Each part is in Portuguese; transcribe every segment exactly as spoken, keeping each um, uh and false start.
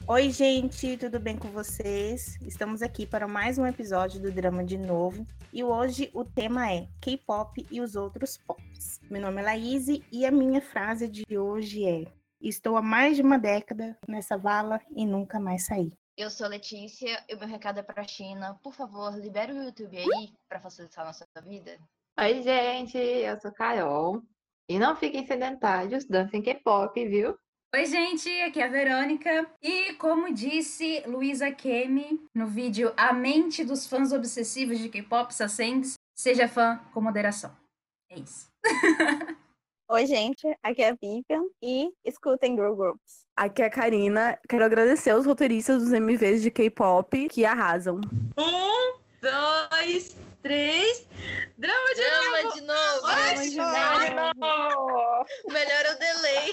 Oi, gente, tudo bem com vocês? Estamos aqui para mais um episódio do Drama de Novo e hoje o tema é K-pop e os outros pops. Meu nome é Laís e a minha frase de hoje é: estou há mais de uma década nessa vala e nunca mais saí. Eu sou a Letícia e o meu recado é para a China. Por favor, libere o YouTube aí para facilitar a nossa vida. Oi, gente, eu sou Carol. E não fiquem sedentários, dancem K-pop, viu? Oi, gente, aqui é a Verônica. E como disse Luísa Kemi no vídeo A Mente dos Fãs Obsessivos de K-pop Sasengs, seja fã com moderação. É isso. Oi, gente, aqui é a Vivian e escutem Girl Groups. Aqui é a Karina. Quero agradecer aos roteiristas dos M Vs de K-pop que arrasam. Um, dois, três. Drama de Drama novo! de novo! Drama de novo! Melhor é o delay.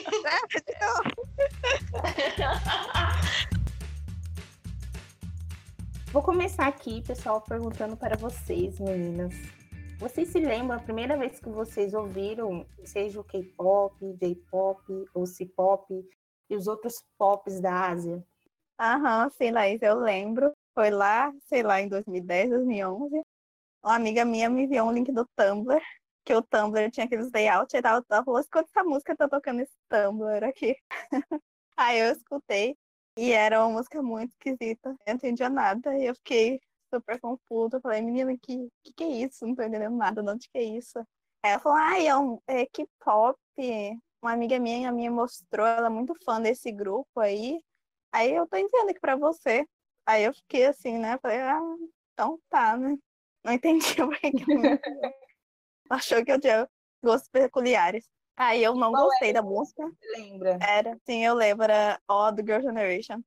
Vou começar aqui, pessoal, perguntando para vocês, meninas. Vocês se lembram a primeira vez que vocês ouviram, seja o K-pop, J-pop ou C-pop e os outros pops da Ásia? Aham, sim, Laís, eu lembro. Foi lá, sei lá, em dois mil e dez, dois mil e onze. Uma amiga minha me enviou um link do Tumblr, que o Tumblr tinha aqueles layouts e tal. Ela falou, escuta essa música, tá tocando esse Tumblr aqui. Aí eu escutei e era uma música muito esquisita. Eu não entendia nada e eu fiquei super confusa. Eu falei, menina, que, que que é isso? Não tô entendendo nada, não, de que é isso? Aí ela falou, ah, é um é K-pop. Uma amiga minha me mostrou, ela é muito fã desse grupo aí. Aí eu tô entendendo aqui pra você. Aí eu fiquei assim, né? Falei, ah, então tá, né? Não entendi o que que achou que eu tinha gostos peculiares. Aí eu não Qual gostei era? da música. Você lembra? Era, sim, eu lembro, era All do Girl Generation.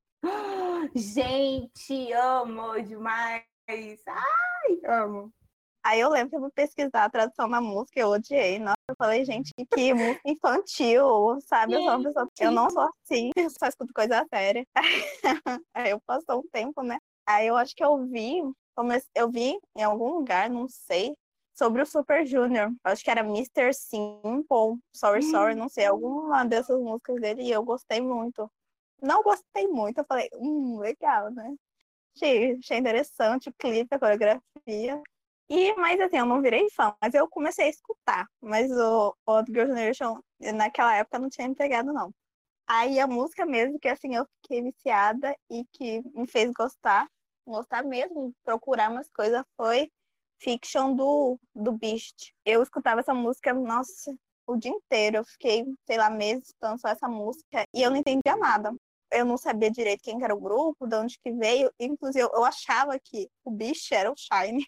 Gente, amo demais! Ai, amo! Aí eu lembro que eu fui pesquisar a tradução da música, eu odiei. Nossa, eu falei, gente, que música infantil, sabe? Eu sou uma pessoa, eu não sou assim, eu só escuto coisa séria. Aí eu passou um tempo, né? Aí eu acho que eu vi, eu vi em algum lugar, não sei, sobre o Super Junior. Acho que era mister Simple, Sorry Sorry, não sei, alguma dessas músicas dele, e eu gostei muito. Não gostei muito, eu falei, hum, legal, né? Achei, achei interessante o clipe, a coreografia. E, mas assim, eu não virei fã, mas eu comecei a escutar. Mas o, o Girl Generation, naquela época, não tinha me pegado, não. Aí a música mesmo, que assim, eu fiquei viciada e que me fez gostar, gostar mesmo, procurar umas coisas, foi Fiction do, do Beast. Eu escutava essa música, nossa, o dia inteiro. Eu fiquei, sei lá, meses escutando só essa música e eu não entendia nada. Eu não sabia direito quem era o grupo, de onde que veio. Inclusive, eu, eu achava que o Beast era o Shine.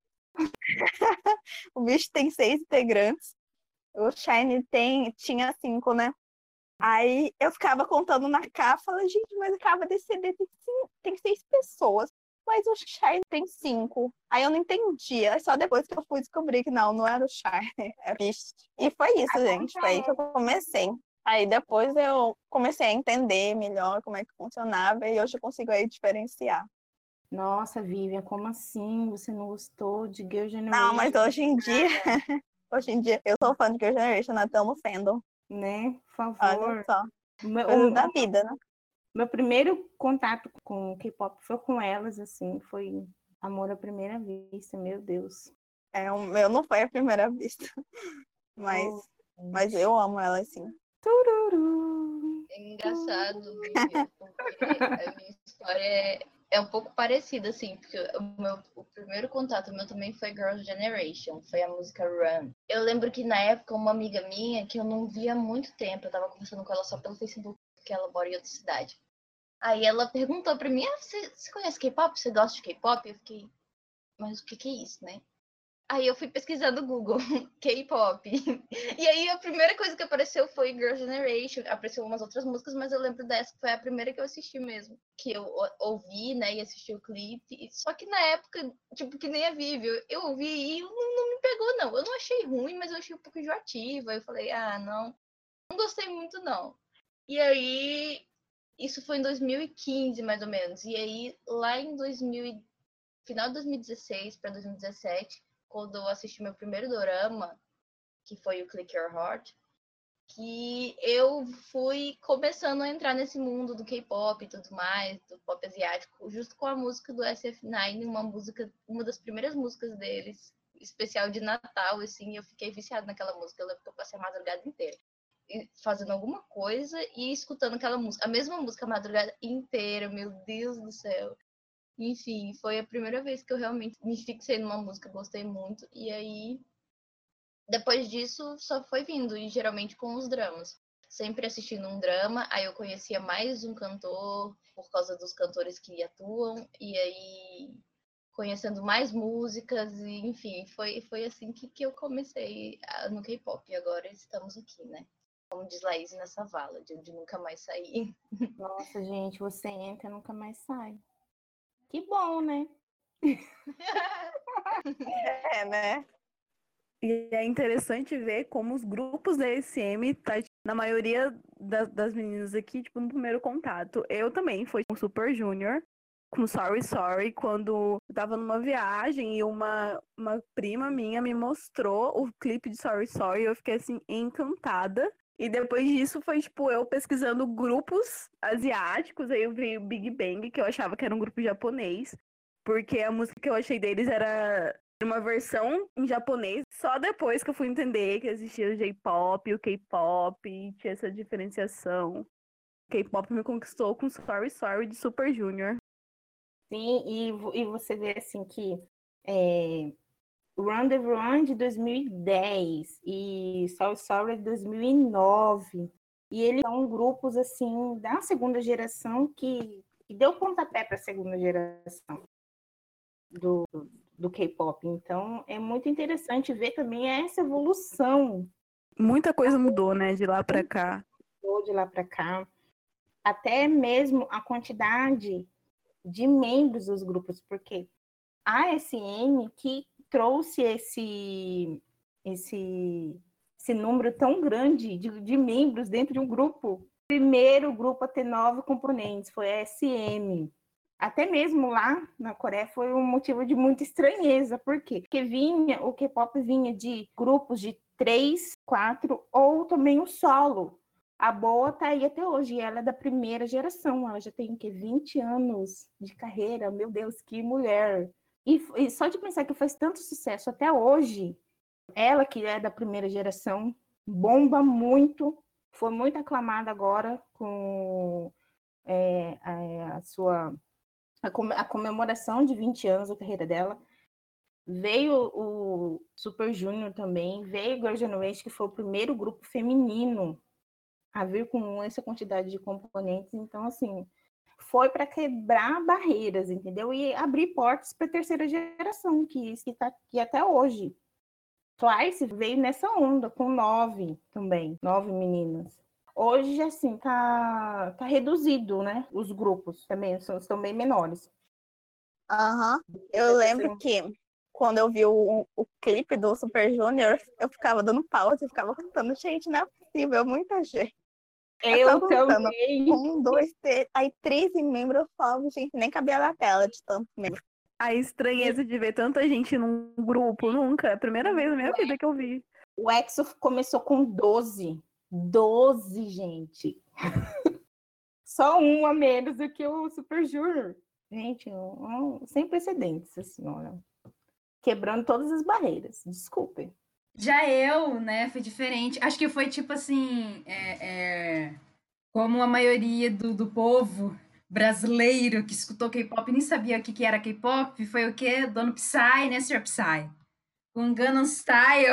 O Beast tem seis integrantes. O Shine tem, tinha cinco, né? Aí eu ficava contando na capa, falei, gente, mas a capa desse C D tem, cinco, tem seis pessoas, mas o Shine tem cinco. Aí eu não entendia, só depois que eu fui descobrir que não, não era o Shine, era o Beast. E foi isso, gente, foi aí que eu comecei. Aí depois eu comecei a entender melhor como é que funcionava e hoje eu consigo aí diferenciar. Nossa, Vivian, como assim? Você não gostou de Girl Generation? Não, mas hoje em dia, hoje em dia, eu sou fã de Girl Generation, nós estamos fandom. Né? Por favor. Olha só. Meu, Coisas da vida, né? Meu primeiro contato com K-pop foi com elas, assim, foi amor à primeira vista, meu Deus. É, o meu não foi a primeira vista, mas, oh, mas eu amo elas, sim. Tururu. É engraçado, Vivian, porque a minha história é, é um pouco parecida, assim, porque o, meu, o primeiro contato meu também foi Girl Generation, foi a música Run. Eu lembro que na época uma amiga minha, que eu não via há muito tempo, eu tava conversando com ela só pelo Facebook, porque ela mora em outra cidade. Aí ela perguntou pra mim, ah, você, você conhece K-pop? Você gosta de K-pop? Eu fiquei, mas o que que é isso, né? Aí eu fui pesquisar no Google, K-pop. E aí a primeira coisa que apareceu foi Girl Generation. Apareceu umas outras músicas, mas eu lembro dessa, que foi a primeira que eu assisti mesmo. Que eu ouvi, né, e assisti o clipe. Só que na época, tipo, que nem a Vivi, eu ouvi e não, não me pegou, não. Eu não achei ruim, mas eu achei um pouco enjoativa. Eu falei, ah, não, não gostei muito, não. E aí, isso foi em dois mil e quinze, mais ou menos. E aí, lá em dois mil, final de dois mil e dezesseis para dois mil e dezessete, quando eu assisti meu primeiro dorama, que foi o Click Your Heart, que eu fui começando a entrar nesse mundo do K-pop e tudo mais, do pop asiático, justo com a música do S F nove, uma música, uma das primeiras músicas deles, especial de Natal, assim, eu fiquei viciada naquela música, eu lembro que eu passei a madrugada inteira fazendo alguma coisa e escutando aquela música, a mesma música a madrugada inteira, meu Deus do céu. Enfim, foi a primeira vez que eu realmente me fixei numa música, gostei muito, e aí depois disso só foi vindo, e geralmente com os dramas. Sempre assistindo um drama, aí eu conhecia mais um cantor por causa dos cantores que atuam, e aí conhecendo mais músicas, e enfim, foi, foi assim que, que eu comecei no K-pop, e agora estamos aqui, né? Como diz Laís, nessa vala, de onde nunca mais saí. Nossa, gente, você entra e nunca mais sai. Que bom, né? É, né? E é interessante ver como os grupos da S M tá, na maioria da, das meninas aqui, tipo, no primeiro contato. Eu também fui com Super Junior, com Sorry Sorry, quando eu tava numa viagem e uma, uma prima minha me mostrou o clipe de Sorry Sorry e eu fiquei, assim, encantada. E depois disso foi, tipo, eu pesquisando grupos asiáticos, aí eu vi o Big Bang, que eu achava que era um grupo japonês, porque a música que eu achei deles era uma versão em japonês. Só depois que eu fui entender que existia o J-pop, o K-pop, e tinha essa diferenciação. K-pop me conquistou com Sorry Sorry de Super Junior. Sim, e, e você vê assim que é, Run the Run de dois mil e dez e Sorry Sorry de dois mil e nove. E eles são grupos assim da segunda geração que, que deu pontapé para a segunda geração do, do K-pop. Então é muito interessante ver também essa evolução. Muita coisa mudou, né, de lá para cá. De lá para cá. Até mesmo a quantidade de membros dos grupos, porque a S M que trouxe esse, esse, esse número tão grande de, de membros dentro de um grupo. O primeiro grupo a ter nove componentes foi a S M. Até mesmo lá na Coreia foi um motivo de muita estranheza. Por quê? Porque vinha, o K-pop vinha de grupos de três, quatro ou também o solo. A Boa tá aí até hoje, e ela é da primeira geração, ela já tem o quê? vinte anos de carreira, meu Deus, que mulher! E, e só de pensar que faz tanto sucesso até hoje, ela que é da primeira geração, bomba muito, foi muito aclamada agora com é, a, a sua a comemoração de vinte anos da carreira dela. Veio o Super Junior também, veio o Girl Generation, que foi o primeiro grupo feminino a vir com essa quantidade de componentes. Então, assim, foi para quebrar barreiras, entendeu? E abrir portas para a terceira geração, que está aqui até hoje. Twice veio nessa onda, com nove também, nove meninas. Hoje, assim, tá, tá reduzido, né? Os grupos também são, estão bem menores. Aham. Uhum. Eu lembro que quando eu vi o, o clipe do Super Junior, eu ficava dando pausa e ficava contando, gente, não é possível, muita gente. Eu também. Um, dois, três, aí treze membros, eu falo, gente, nem cabia na tela de tanto membro. A estranheza de ver tanta gente num grupo, nunca. É a primeira vez na minha vida que eu vi. O EXO começou com doze. doze, gente. Só um a menos do que o Super Junior. Gente, um, um, sem precedentes, assim, olha. Quebrando todas as barreiras. Desculpem. Já eu, né, foi diferente. Acho que foi tipo assim, é, é, como a maioria do, do povo brasileiro que escutou K-pop nem sabia o que, que era K-pop, foi o quê? Dono Psy, né, senhor Psy? Com Gangnam Style.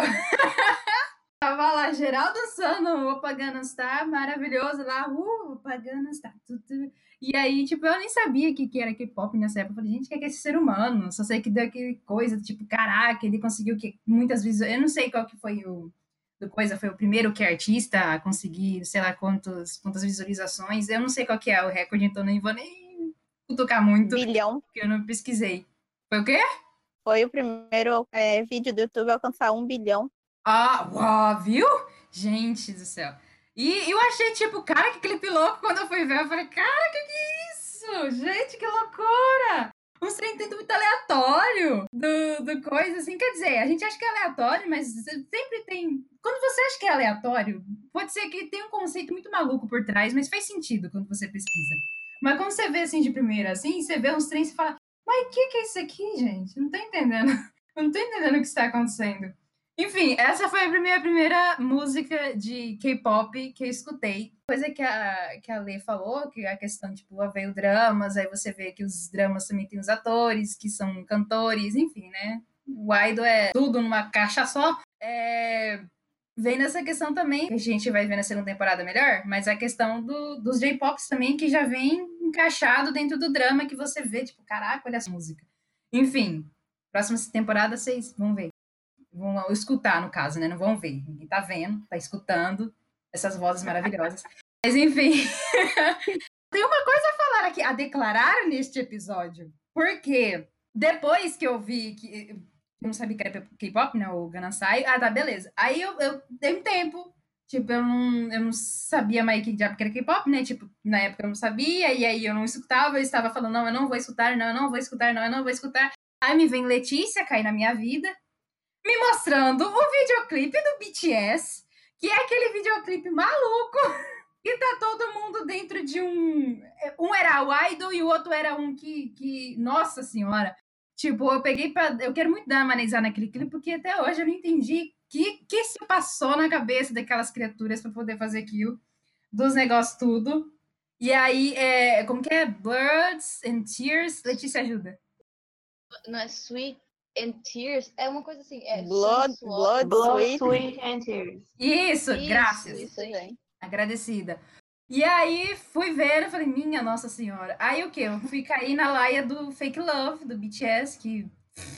Tava lá, geral dançando Opa Gangnam Style, maravilhoso lá, uh, Opa Gangnam Style, tudo. E aí, tipo, eu nem sabia o que, que era K-pop nessa época. Eu falei, gente, o que é, que é esse ser humano? Só sei que deu aquele coisa, tipo, caraca, ele conseguiu que muitas vezes. Eu não sei qual que foi o do coisa, foi o primeiro que artista a conseguir, sei lá, quantos, quantas visualizações. Eu não sei qual que é o recorde, então não vou nem cutucar muito. Bilhão. Porque eu não pesquisei. Foi o quê? Foi o primeiro é, vídeo do YouTube a alcançar um bilhão. Ah, uau, viu? Gente do céu. E eu achei, tipo, cara, que clipe louco. Quando eu fui ver, eu falei, cara, que que é isso? Gente, que loucura! O uns trem tudo muito aleatório do, do coisa, assim. Quer dizer, a gente acha que é aleatório, mas sempre tem... Quando você acha que é aleatório, pode ser que tenha um conceito muito maluco por trás, mas faz sentido quando você pesquisa. Mas quando você vê, assim, de primeira, assim, você vê uns trens e fala, mas o que, que é isso aqui, gente? Não tô entendendo. Não tô entendendo o que está acontecendo. Enfim, essa foi a minha primeira música de K-pop que eu escutei. Coisa que a, que a Lê falou, que a questão, tipo, veio dramas, aí você vê que os dramas também tem os atores, que são cantores, enfim, né? O idol é tudo numa caixa só. É... Vem nessa questão também, que a gente vai ver na segunda temporada melhor, mas a questão do, dos J-Pops também, que já vem encaixado dentro do drama, que você vê, tipo, caraca, olha essa música. Enfim, próxima temporada vocês vão ver. Vão escutar, no caso, né? Não vão ver. Ninguém tá vendo, tá escutando essas vozes maravilhosas. Mas, enfim. Tem uma coisa a falar aqui, a declarar neste episódio. Porque depois que eu vi que... Eu não sabia que era K-pop, né? O Ganasai. Ah, tá, beleza. Aí eu, eu dei um tempo. Tipo, eu não, eu não sabia mais que diabo que era K-pop, né? Tipo, na época eu não sabia. E aí eu não escutava. Eu estava falando, não, eu não vou escutar. Não, eu não vou escutar. Não, eu não vou escutar. Aí me vem Letícia cair na minha vida, me mostrando o videoclipe do B T S, que é aquele videoclipe maluco, e tá todo mundo dentro de um... Um era o idol e o outro era um que... que nossa senhora! Tipo, eu peguei pra... Eu quero muito dar uma analisar naquele clipe, porque até hoje eu não entendi o que, que se passou na cabeça daquelas criaturas pra poder fazer aquilo, dos negócios tudo. E aí, é, como que é? Bloods and Tears? Letícia, ajuda. Não é Sweet and Tears? É uma coisa assim. É Blood, sensual. blood, Blood, sweet. Sweet and Tears. Isso, Isso, graças. isso aí. Agradecida. E aí, fui ver, eu falei, minha Nossa Senhora. Aí, o quê? Eu fui cair na laia do Fake Love, do B T S, que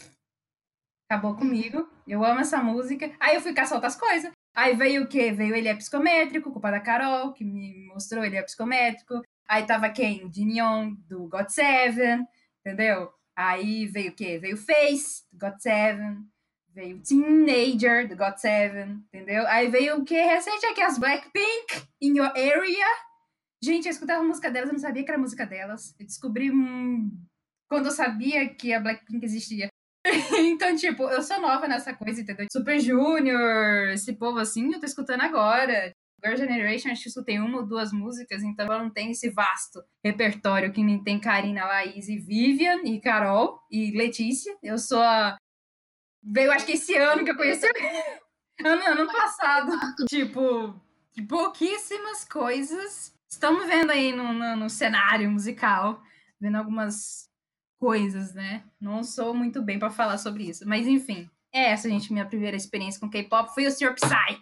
acabou comigo. Eu amo essa música. Aí, eu fui caçar outras coisas. Aí, veio o quê? Veio Ele é Psicométrico, culpa da Carol, que me mostrou Ele é Psicométrico. Aí, tava quem? O Jin Young, do got seven, entendeu? Aí, veio o quê? Veio Face, do got seven. Veio Teenager, do got seven, entendeu? Aí veio o que recente aqui, as Blackpink, In Your Area. Gente, eu escutava a música delas, eu não sabia que era a música delas. Eu descobri hum, quando eu sabia que a Blackpink existia. Então, tipo, eu sou nova nessa coisa, entendeu? Super Junior, esse povo assim, eu tô escutando agora. Girl Generation, acho que eu escutei uma ou duas músicas, então eu não tenho esse vasto repertório que nem tem Karina, Laís e Vivian, e Carol, e Letícia. Eu sou a... Veio, acho que esse ano que eu conheci... ano, ano passado. Tipo, pouquíssimas coisas. Estamos vendo aí no, no, no cenário musical, vendo algumas coisas, né? Não sou muito bem para falar sobre isso. Mas, enfim, é essa, gente, minha primeira experiência com K-pop. Foi o senhor Psy.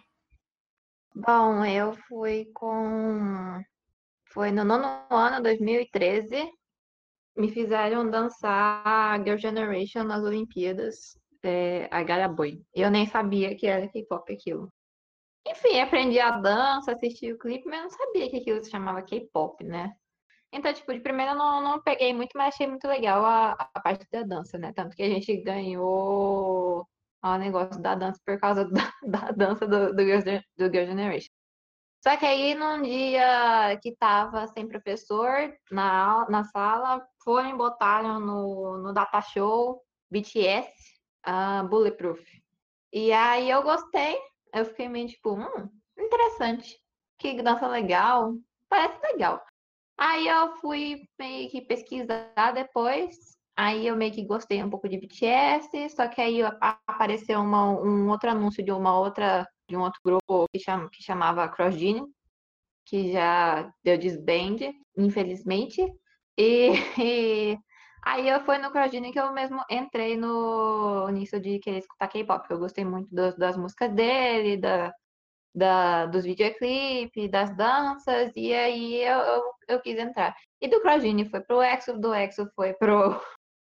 Bom, eu fui com... Foi no nono ano, dois mil e treze. Me fizeram dançar Girl Generation nas Olimpíadas. É, a Gara Boy. Eu nem sabia que era K-pop aquilo. Enfim, aprendi a dança, assisti o clipe, mas não sabia que aquilo se chamava K-pop, né? Então, tipo, de primeira eu não, não peguei muito, mas achei muito legal a, a parte da dança, né? Tanto que a gente ganhou o negócio da dança por causa da, da dança do, do, Girl, do Girl Generation. Só que aí, num dia que tava sem professor na, na sala, foram e botaram no, no Data Show B T S, uh, Bulletproof. E aí eu gostei, eu fiquei meio tipo, hum, interessante, que dança legal, parece legal. Aí eu fui meio que pesquisar depois, aí eu meio que gostei um pouco de B T S, só que aí apareceu uma, um outro anúncio de uma outra, de um outro grupo que, chama, que chamava CrossGenie, que já deu disband, infelizmente. E, e aí eu fui no CrossGenie que eu mesmo entrei no nisso de querer escutar K-pop, porque eu gostei muito das, das músicas dele, da, da, dos videoclipes, das danças, e aí eu, eu, eu quis entrar. E do CrossGenie foi pro EXO, do EXO foi pro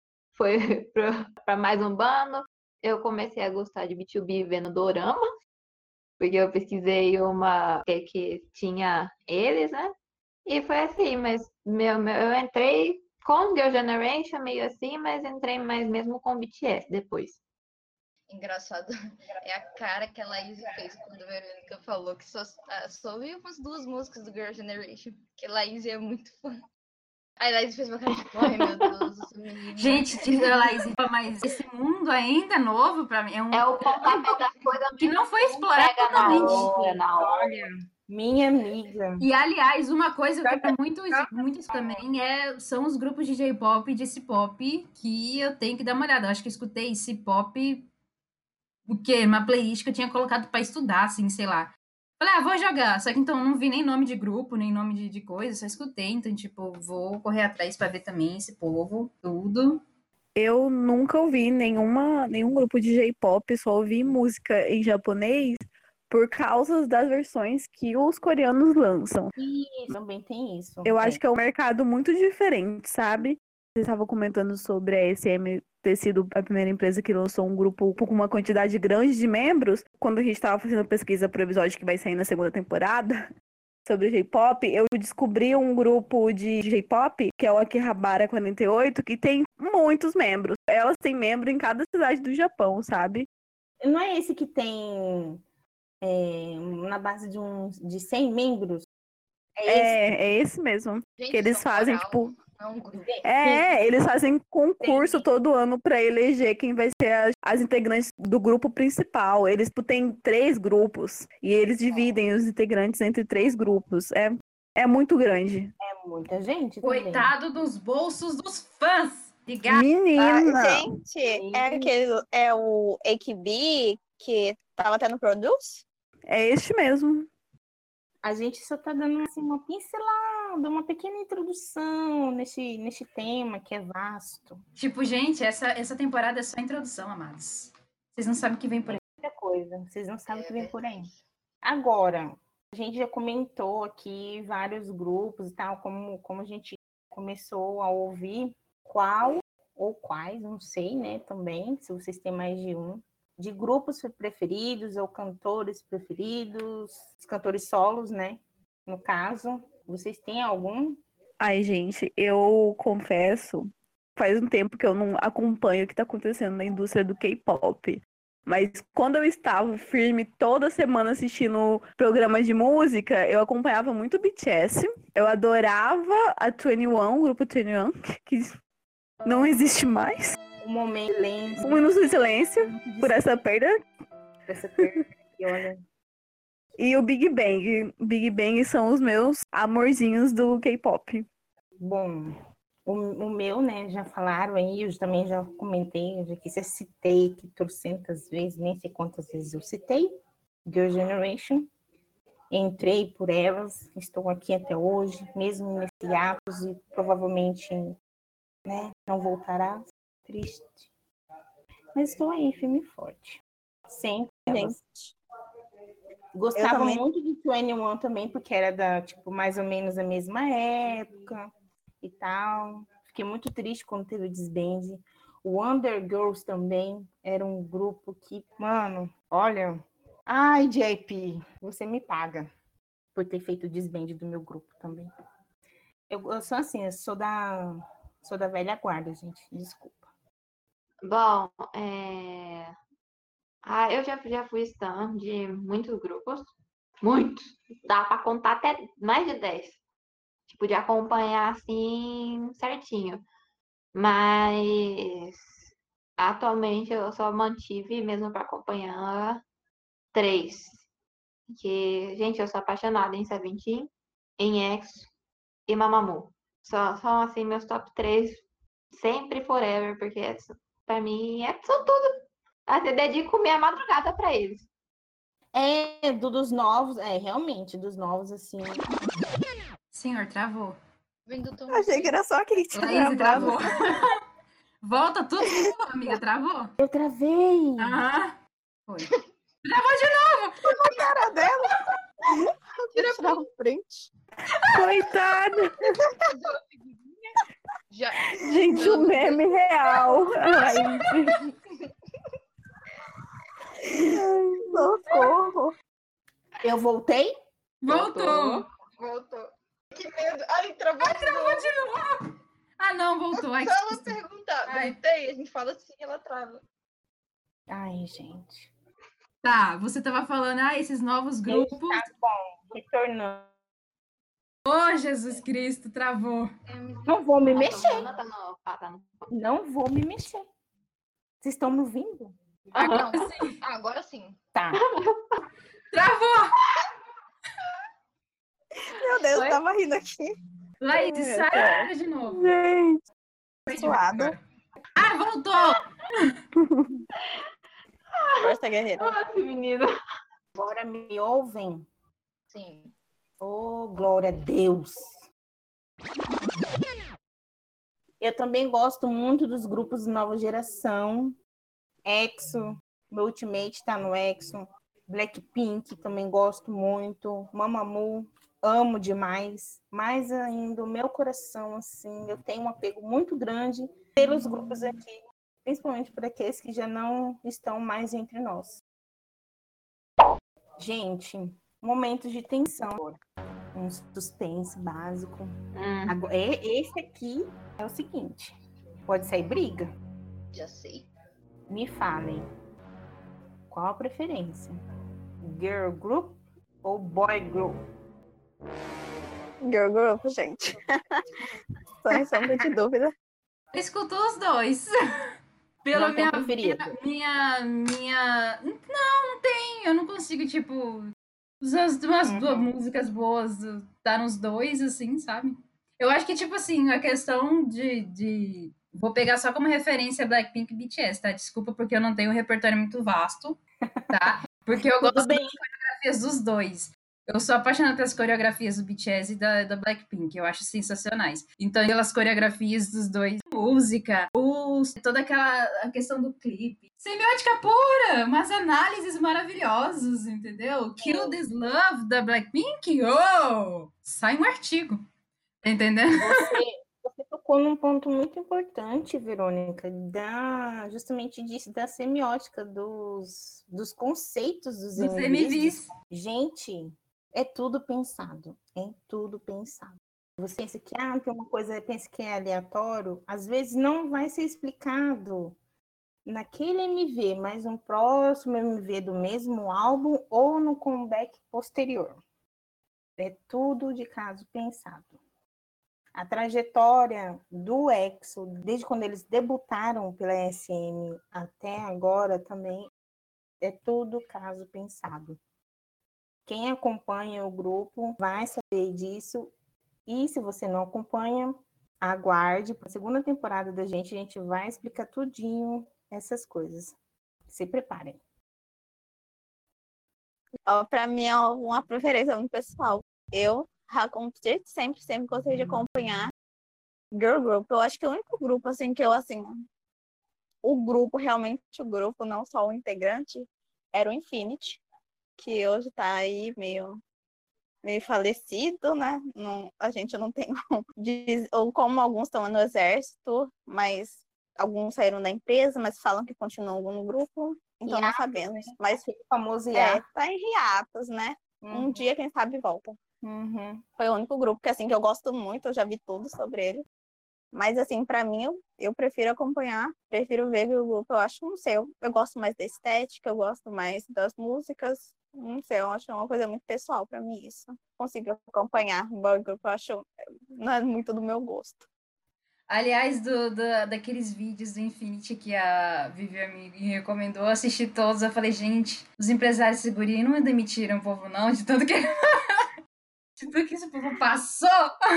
foi para mais um bando. Eu comecei a gostar de B dois B vendo Dorama, porque eu pesquisei uma que tinha eles, né? E foi assim, mas meu, meu, eu entrei com Girl Generation meio assim, mas entrei mais mesmo com B T S depois. Engraçado é a cara que a Laís fez quando a Verônica falou que só, só ouviu umas duas músicas do Girl Generation, que a Laís é muito fã. Aí a Laís fez uma cara tipo, ai meu Deus, essa menina. Gente, diz a Laís, mas esse mundo ainda é novo pra mim. É um É o pontapé da coisa que não foi explorado pega na totalmente. hora, na hora. Olha, minha amiga. E, aliás, uma coisa que eu quero muito, muito isso também é, são os grupos de J-pop e de C-pop que eu tenho que dar uma olhada. Eu acho que eu escutei C-pop, o quê? Uma playlist que eu tinha colocado pra estudar, assim, sei lá. Falei, ah, vou jogar. Só que então não vi nem nome de grupo, nem nome de, de coisa, só escutei. Então, tipo, vou correr atrás pra ver também esse povo, tudo. Eu nunca ouvi nenhuma, nenhum grupo de J-pop, só ouvi música em japonês por causa das versões que os coreanos lançam. Isso, também tem isso. Eu é. acho que é um mercado muito diferente, sabe? Você estava comentando sobre a S M ter sido a primeira empresa que lançou um grupo com uma quantidade grande de membros. Quando a gente estava fazendo pesquisa para o episódio que vai sair na segunda temporada sobre J-pop, eu descobri um grupo de J-pop, que é o Akihabara quarenta e oito, que tem muitos membros. Elas têm membro em cada cidade do Japão, sabe? Não é esse que tem é, na base de, um, de cem membros? É esse? É, é esse mesmo. Gente, Que eles isso é um fazem, coral, tipo... não é um grupo. É, eles fazem concurso Entendi. todo ano para eleger quem vai ser as, as integrantes do grupo principal. Eles tipo, têm três grupos e eles dividem os integrantes entre três grupos. É, é muito grande. É muita gente também. Coitado dos bolsos dos fãs. Ligado? Menina! Ah, gente, é aquele, é o A K B que tava tendo Produce? É este mesmo. A gente só está dando assim, uma pincelada, uma pequena introdução nesse, nesse tema que é vasto. Tipo, gente, essa, essa temporada é só introdução, amados. Vocês não sabem o que vem por aí. Muita coisa, vocês não sabem o que vem por aí. verdade. Agora, a gente já comentou aqui vários grupos e tal, como, como a gente começou a ouvir, qual ou quais, não sei, né, também, se vocês têm mais de um, de grupos preferidos ou cantores preferidos, os cantores solos, né, no caso. Vocês têm algum? Ai, gente, eu confesso, faz um tempo que eu não acompanho o que tá acontecendo na indústria do K-pop. Mas quando eu estava firme toda semana assistindo programas de música, eu acompanhava muito o B T S. Eu adorava a vinte e um, o grupo vinte e um, que não existe mais. Um momento lento, Um minuto de silêncio por essa perda. essa perda, e olha, E o Big Bang. Big Bang são os meus amorzinhos do K-pop. bom, o, o meu, né, já falaram aí, eu também já comentei, eu já quis, eu citei aqui trocentas vezes, nem sei quantas vezes eu citei, Girl Generation. Entrei por elas, estou aqui até hoje, mesmo nesse atos e provavelmente, né, não voltará. Triste. Mas estou aí, firme e forte. Sempre. elas. Gostava também. muito de vinte e um também, porque era da, tipo, mais ou menos a mesma época e tal. Fiquei muito triste quando teve o desband. O Wonder Girls também era um grupo que, mano, olha. Ai, J P, você me paga por ter feito o desband do meu grupo também. Eu, eu sou assim, eu sou da, sou da velha guarda, gente. Desculpa. Bom, é... ah, eu já, já fui stan de muitos grupos. Muitos. Dá pra contar até mais de dez. Tipo, de acompanhar assim certinho. Mas atualmente eu só mantive mesmo pra acompanhar três. Que, gente, eu sou apaixonada em Seventeen, em EXO e Mamamoo. Só, são assim meus top três sempre forever, porque é- pra mim é, são tudo. Até dedico minha madrugada pra eles. É, do- dos novos, é, realmente, dos novos, assim. Senhor, travou. Vem do Tom Eu achei que era só quem tinha Laís gravado. travou. Volta tudo, amiga, travou. Eu travei! Aham. Foi. Travou de Cara dela. Tira tirar um print. Coitada! Já. Gente, um meme real. Ai, Socorro. Eu voltei? Voltou. Voltou. Que medo. Ai, travou de Travou novo. de novo. Ah, não, voltou. Ai, Se que ela susto. perguntar, Ai. voltei, a gente fala assim, ela trava. Ai, gente. Tá, você tava falando, ah, esses novos grupos. Tá bom, retornando. Ô, Jesus Cristo, travou. Não vou me A mexer. Giovana tá no... Ah, tá no... Não vou me mexer. Vocês estão me ouvindo? Agora Não, sim. agora sim. Tá. Travou! Meu Deus, Oi? tava rindo aqui. Laís, É, sai tá. agora de novo. Gente, Vai de suado. novo agora. Ah, voltou! Força guerreira. Nossa, menina. Agora me ouvem. Sim. Oh, glória a Deus. Eu também gosto muito dos grupos de nova geração. EXO, meu Ultimate tá no EXO. Blackpink também gosto muito. Mamamoo, amo demais. Mais ainda, o meu coração, assim, eu tenho um apego muito grande pelos grupos aqui, principalmente por aqueles que já não estão mais entre nós. Gente, momentos de tensão agora. Um suspense básico. Hum. Agora, e- esse aqui é o seguinte: pode sair briga? Já sei. Me falem. Qual a preferência? Girl group ou boy group? Girl group, gente. Sem sombra de dúvida. Eu escuto os dois. Pela Não tem minha, preferido? minha, minha. Não, não tem. Eu não consigo, tipo. Usar as duas, Uhum. duas músicas boas, tá nos dois, assim, sabe? Eu acho que, tipo assim, a questão de. de... Vou pegar só como referência Blackpink e B T S, tá? Desculpa, porque eu não tenho um repertório muito vasto, tá? Porque eu Tudo gosto bem. das coreografias dos dois. Eu sou apaixonada pelas coreografias do B T S e da, da Blackpink, eu acho sensacionais. Então, pelas coreografias dos dois, música, os, toda aquela a questão do clipe. Semiótica pura, umas análises maravilhosas, entendeu? Kill This Love da Blackpink, oh! Sai um artigo, tá entendendo? Você, você tocou num ponto muito importante, Verônica, da, justamente disso, da semiótica, dos, dos conceitos dos, Dos M M Vs. Vs. Gente, é tudo pensado, é tudo pensado. Você pensa que, ah, tem uma coisa, pensa que é aleatório, às vezes não vai ser explicado naquele M V, mas um próximo M V do mesmo álbum ou no comeback posterior. É tudo de caso pensado. A trajetória do EXO, desde quando eles debutaram pela S M até agora, também é tudo caso pensado. Quem acompanha o grupo vai saber disso. E se você não acompanha, aguarde para a segunda temporada da gente. A gente vai explicar tudinho essas coisas. Se preparem. Ó, pra mim é uma preferência muito pessoal. Eu, desde sempre, sempre gostei de acompanhar girl group. Eu acho que o único grupo, assim, que eu, assim, o grupo, realmente o grupo, não só o integrante, era o Infinity, que hoje tá aí meio, meio falecido, né? Não, a gente não tem como diz- ou como alguns estão no exército, mas alguns saíram da empresa, mas falam que continuam no grupo, então não Hiatos, sabemos. Mas Aquele famoso é, hiato. tá em hiatos, né? Um Uhum, dia, quem sabe, volta. uhum. Foi o único grupo que, assim, que eu gosto muito, eu já vi tudo sobre ele. Mas, assim, pra mim, eu, eu prefiro acompanhar, prefiro ver o grupo. Eu acho, não sei, eu, eu gosto mais da estética, eu gosto mais das músicas. Não sei, eu acho uma coisa muito pessoal pra mim isso. Consigo acompanhar o boy group, eu acho, não é muito do meu gosto. Aliás, do, do- daqueles vídeos do Infinity que a Vivian me recomendou, eu assisti todos. Eu falei, gente, os empresários de segurinha não demitiram o povo, não, de tanto que, de tanto que esse povo passou.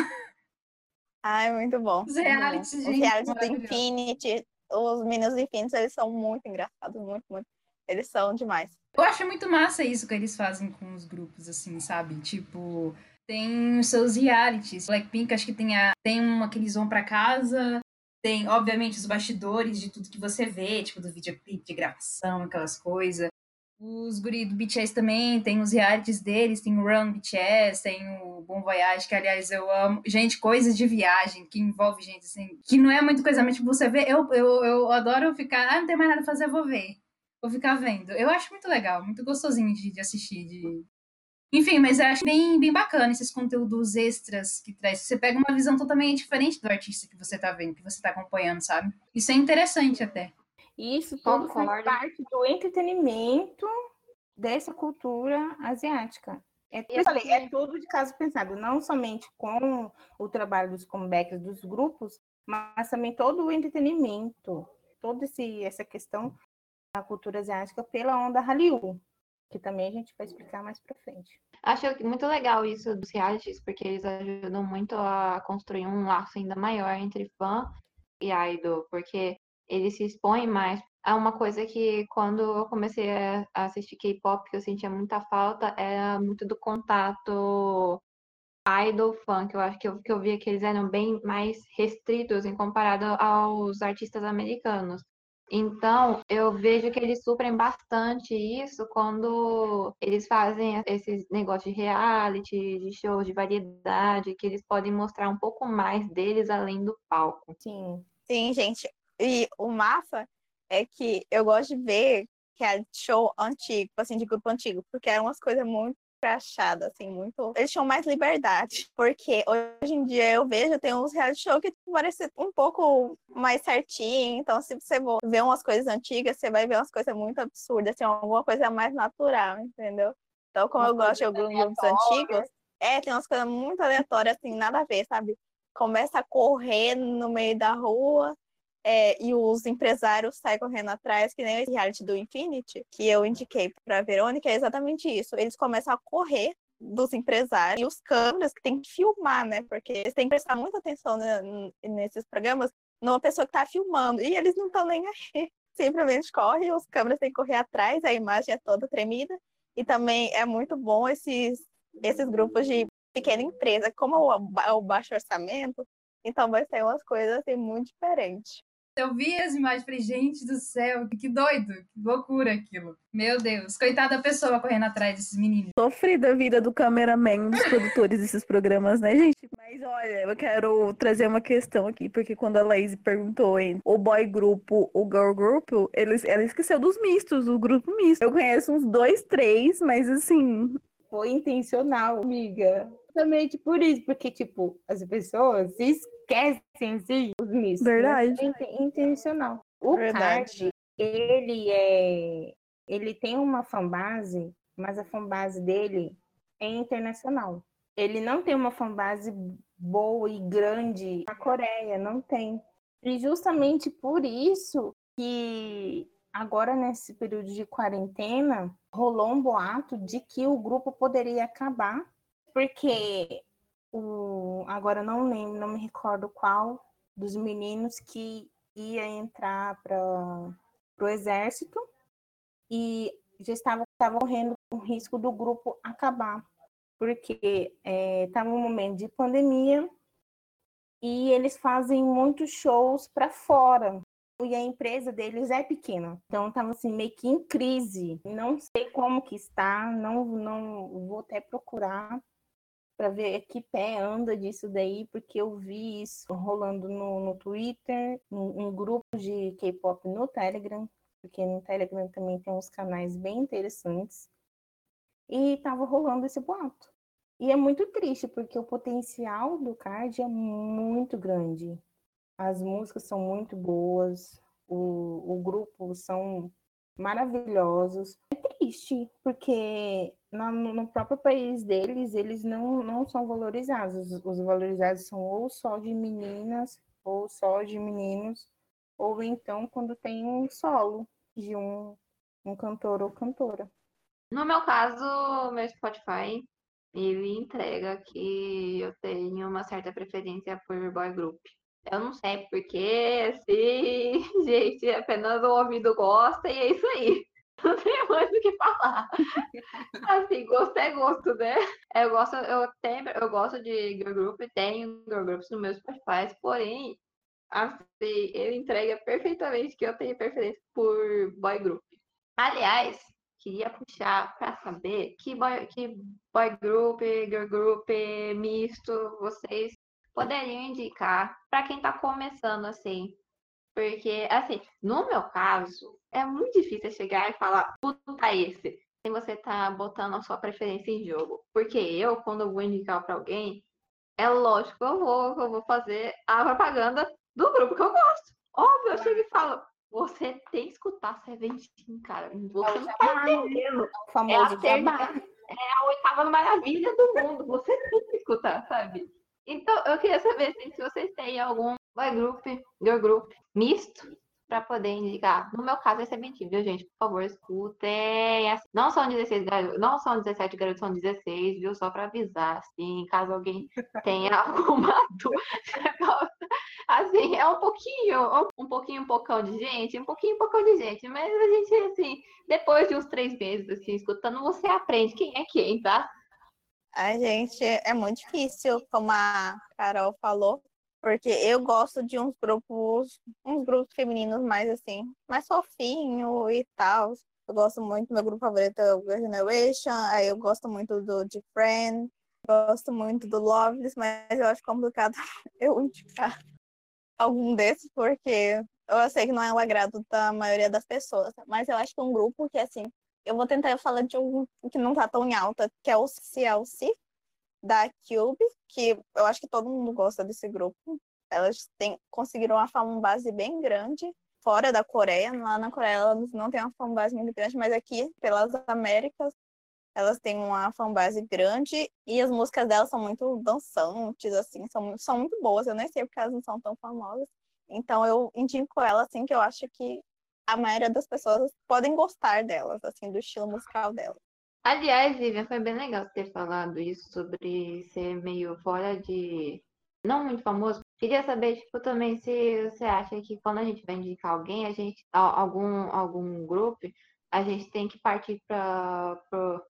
Ai, muito bom. Os Muito bom. realities, Os gente, realities do maravilhosos. Infinity, os meninos do Infinity, eles são muito engraçados, muito, muito. Eles são demais. Eu acho muito massa isso que eles fazem com os grupos, assim, sabe? Tipo, tem os seus realities. Blackpink, acho que tem, a, tem uma que eles vão pra casa. Tem, obviamente, os bastidores de tudo que você vê, tipo, do videoclipe, de gravação, aquelas coisas. Os guri do B T S também, tem os realities deles, tem o Run B T S, tem o Bon Voyage, que, aliás, eu amo. Gente, coisas de viagem, que envolve gente, assim, que não é muito coisa, mas, tipo, você vê, eu, eu, eu adoro ficar, ah, não tem mais nada a fazer, eu vou ver. Vou ficar vendo. Eu acho muito legal, muito gostosinho de, de assistir. De... Enfim, mas eu acho bem, bem bacana esses conteúdos extras que traz. Você pega uma visão totalmente diferente do artista que você tá vendo, que você tá acompanhando, sabe? Isso é interessante até. Isso tudo faz Concordo. parte do entretenimento dessa cultura asiática. É, E eu falei, assim- é tudo de caso pensado, não somente com o trabalho dos comebacks dos grupos, mas também todo o entretenimento, toda esse, essa questão da cultura asiática pela onda Hallyu, que também a gente vai explicar mais pra frente. Acho muito legal isso dos realities, porque eles ajudam muito a construir um laço ainda maior entre fã e idol, porque eles se expõem mais. É uma coisa que quando eu comecei a assistir K-pop, que eu sentia muita falta, era muito do contato idol-fã, que eu acho que eu, que eu via que eles eram bem mais restritos em comparado aos artistas americanos. Então, eu vejo que eles suprem bastante isso quando eles fazem esses negócios de reality, de shows de variedade, que eles podem mostrar um pouco mais deles além do palco. Sim. Sim, gente. E o massa é que eu gosto de ver reality show antigo, assim, de grupo antigo, porque eram umas coisas muito crachadas, assim, muito. Eles tinham mais liberdade. Porque hoje em dia eu vejo, tem uns reality show que parecem um pouco mais certinho. Então, se você for ver umas coisas antigas, você vai ver umas coisas muito absurdas, assim, alguma coisa mais natural, entendeu? Então, como Uma eu gosto de coisa alguns grupos antigos, é, tem umas coisas muito aleatórias, assim, nada a ver, sabe? Começa a correr no meio da rua, é, e os empresários saem correndo atrás, que nem esse reality do Infinity, que eu indiquei para a Verônica, é exatamente isso. Eles começam a correr dos empresários e os câmeras que tem que filmar, né? Porque eles têm que prestar muita atenção, né, nesses programas, numa pessoa que está filmando, e eles não estão nem aí. Simplesmente corre, os câmeras têm que correr atrás, a imagem é toda tremida. E também é muito bom esses, esses grupos de pequena empresa, como é o baixo orçamento, então vai ser umas coisas assim muito diferentes. Eu vi as imagens e falei, gente do céu, que doido, que loucura aquilo. Meu Deus, coitada da pessoa correndo atrás desses meninos. Sofrida a vida do cameraman, dos produtores desses programas, né, gente? Mas olha, eu quero trazer uma questão aqui, porque quando a Laís perguntou em o boy grupo, o girl grupo, eles, ela esqueceu dos mistos, o grupo misto. Eu conheço uns dois, três, mas assim... Foi intencional, amiga. Exatamente por isso, porque, tipo, as pessoas se esquecem, sim, os mistos. Verdade. É intencional. O Verdade. Card, ele é... Ele tem uma fanbase, mas a fanbase dele é internacional. Ele não tem uma fanbase boa e grande na Coreia, não tem. E justamente por isso que agora, nesse período de quarentena, rolou um boato de que o grupo poderia acabar, porque o, agora não lembro, não me recordo qual dos meninos que ia entrar para o exército e já estava, estava correndo o risco do grupo acabar, porque estava é, um momento de pandemia e eles fazem muitos shows para fora. E a empresa deles é pequena. Então, estava assim, meio que em crise. Não sei como que está, não, não vou até procurar para ver que pé anda disso daí, porque eu vi isso rolando no, no Twitter, um, um grupo de K-pop no Telegram, porque no Telegram também tem uns canais bem interessantes. E estava rolando esse boato. E é muito triste, porque o potencial do Card é muito grande. As músicas são muito boas, o, o grupo são maravilhosos. É triste, porque no, no próprio país deles, eles não, não são valorizados. Os, os valorizados são ou só de meninas, ou só de meninos, ou então quando tem um solo de um, um cantor ou cantora. No meu caso, meu Spotify, ele entrega que eu tenho uma certa preferência por boy group. Eu não sei porque, se, gente, apenas o ouvido gosta e é isso aí. Não tem mais o que falar. Assim, gosto é gosto, né? Eu gosto, eu tenho, eu gosto de girl group, tenho girl groups no meu Spotify, porém, assim, ele entrega perfeitamente que eu tenho preferência por boy group. Aliás, queria puxar para saber que boy, que boy group, girl group, misto, vocês poderiam indicar para quem está começando assim. Porque, assim, no meu caso, é muito difícil chegar e falar, puta, esse. Sem você tá botando a sua preferência em jogo. Porque eu, quando eu vou indicar para alguém, é lógico que eu vou, que eu vou fazer a propaganda do grupo que eu gosto. Óbvio, eu chego e falo, você tem que escutar Seventeen, cara. Você não tá entendendo. O famoso é a terceira, jabá. é a oitava maravilha do mundo. Você tem que escutar, sabe? Então, eu queria saber assim, se vocês têm algum boy group, girl group misto para poder indicar. No meu caso, esse é mentira, viu, gente? Por favor, escutem. Não são dezesseis garotos, não são dezessete garotos, são dezesseis, viu? Só para avisar, assim, caso alguém tenha alguma dúvida. Assim, é um pouquinho, um pouquinho, um pocão de gente, um pouquinho, um pocão de gente, mas a gente, assim, depois de uns três meses, assim, escutando, você aprende quem é quem, tá? Ai, gente, é muito difícil, como a Carol falou, porque eu gosto de uns grupos, uns grupos femininos mais assim, mais fofinho e tal. Eu gosto muito, meu grupo favorito é o Girl Generation, aí eu gosto muito do de Friend, gosto muito do Loveless, mas eu acho complicado eu indicar algum desses, porque eu sei que não é o agrado da maioria das pessoas, mas eu acho que um grupo que, assim, eu vou tentar falar de um que não tá tão em alta, que é o C L C, da Cube, que eu acho que todo mundo gosta desse grupo. Elas têm, conseguiram uma fanbase bem grande fora da Coreia. Lá na Coreia elas não têm uma fanbase muito grande, mas aqui, pelas Américas, elas têm uma fanbase grande e as músicas delas são muito dançantes, assim, são, são muito boas. Eu nem sei porque elas não são tão famosas. Então eu indico elas, assim, que eu acho que a maioria das pessoas podem gostar delas, assim, do estilo musical delas. Aliás, Vivian, foi bem legal você ter falado isso sobre ser meio fora de. Não muito famoso. Queria saber, tipo, também se você acha que quando a gente vai indicar alguém, a gente, a- algum, algum grupo, a gente tem que partir para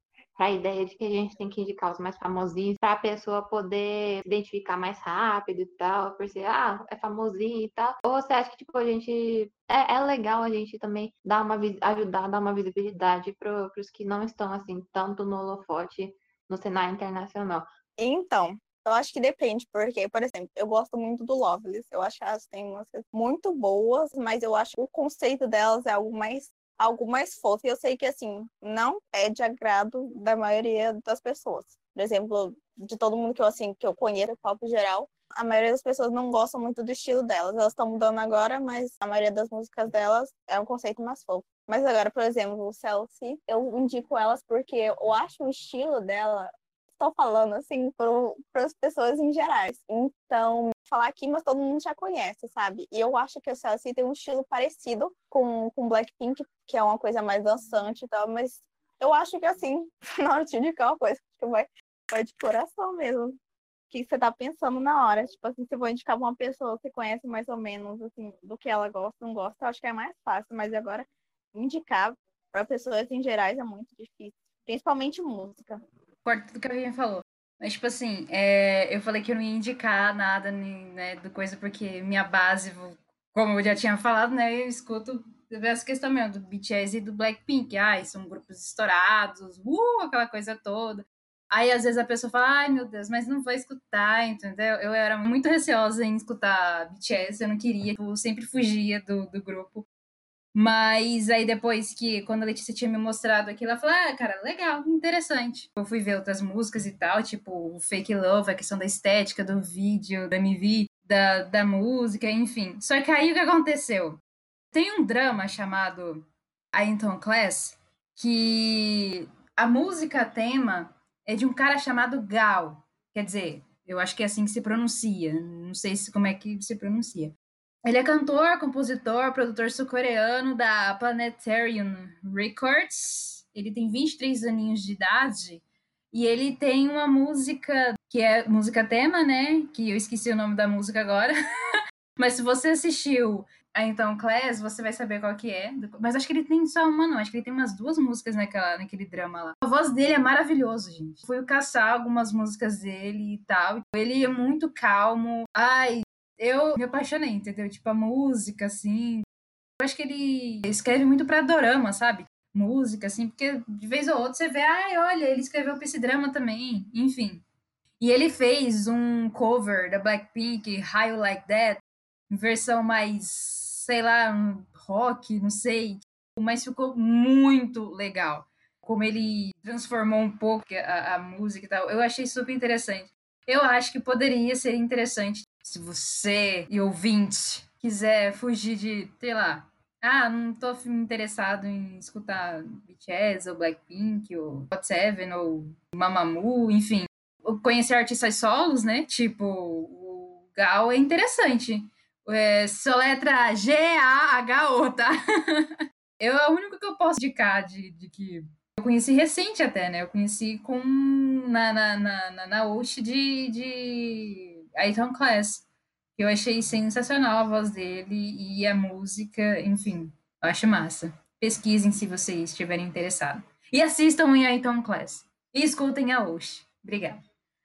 a ideia de que a gente tem que indicar os mais famosinhos para a pessoa poder se identificar mais rápido e tal, por ser, ah, é famosinho e tal. Ou você acha que, tipo, a gente. É, é legal a gente também dar uma, vis- ajudar a dar uma visibilidade para os que não estão, assim, tanto no holofote no cenário internacional. Então, eu acho que depende, porque, por exemplo, eu gosto muito do Loveless. Eu acho que elas têm músicas muito boas, mas eu acho que o conceito delas é algo mais, algo mais fofo. E eu sei que, assim, não é de agrado da maioria das pessoas. Por exemplo, de todo mundo que eu, assim, que eu conheço, pop geral, a maioria das pessoas não gosta muito do estilo delas. Elas estão mudando agora, mas a maioria das músicas delas é um conceito mais fofo. Mas agora, por exemplo, o Chelsea, eu indico elas porque eu acho o estilo dela, estou falando assim para as pessoas em gerais. Então, falar aqui, mas todo mundo já conhece, sabe? E eu acho que o Chelsea tem um estilo parecido com com Blackpink, que é uma coisa mais dançante e tal, mas eu acho que assim, na hora de indicar uma coisa, acho que vai, vai de coração mesmo. O que você tá pensando na hora? Tipo assim, se eu vou indicar pra uma pessoa que você conhece mais ou menos assim, do que ela gosta, não gosta, eu acho que é mais fácil, mas agora indicar para pessoas em gerais é muito difícil, principalmente música. Corto tudo que a Vivian falou. Mas, tipo assim, é, eu falei que eu não ia indicar nada, né, do coisa, porque minha base, como eu já tinha falado, né, eu escuto essa questão mesmo do B T S e do Blackpink. Ai, são grupos estourados, uh, aquela coisa toda. Aí, às vezes, a pessoa fala, ai, meu Deus, mas não vou escutar, entendeu? Eu era muito receosa em escutar B T S, eu não queria, eu sempre fugia do, do grupo. Mas aí depois que, quando a Letícia tinha me mostrado aquilo, ela falou, ah, cara, legal, interessante. Eu fui ver outras músicas e tal, tipo o Fake Love, a questão da estética, do vídeo, da M V, da, da música, enfim. Só que aí o que aconteceu? Tem um drama chamado A Inton Class, que a música tema é de um cara chamado Gal. Quer dizer, eu acho que é assim que se pronuncia, não sei se, como é que se pronuncia. Ele é cantor, compositor, produtor sul-coreano da Planetarium Records. Ele tem vinte e três aninhos de idade e ele tem uma música que é música tema, né? Que eu esqueci o nome da música agora. Mas se você assistiu a Então Class, você vai saber qual que é. Mas acho que ele tem só uma, não. Acho que ele tem umas duas músicas naquela, naquele drama lá. A voz dele é maravilhosa, gente. Fui caçar algumas músicas dele e tal. Ele é muito calmo. Ai, eu me apaixonei, entendeu? Tipo, a música, assim. Eu acho que ele escreve muito pra dorama, sabe? Música, assim, porque de vez ou outra você vê, ai, olha, ele escreveu pra esse drama também. Enfim. E ele fez um cover da Blackpink, How You Like That, em versão mais, sei lá, um rock, não sei. Mas ficou muito legal. Como ele transformou um pouco a, a música e tal. Eu achei super interessante. Eu acho que poderia ser interessante se você e ouvinte quiser fugir de, sei lá, Ah, não tô interessado em escutar B T S ou Blackpink ou Hot Seven ou Mamamoo, enfim. Conhecer artistas solos, né? Tipo, o Gal é interessante. É, soletra G A H O, tá? Eu, é o único que eu posso indicar de, de que eu conheci recente até, né? Eu conheci com na, na, na, na, na host de, de Iton Class. Eu achei sensacional a voz dele e a música, enfim, eu acho massa. Pesquisem se vocês estiverem interessados. E assistam em Iton Class. E escutem a host. Obrigada.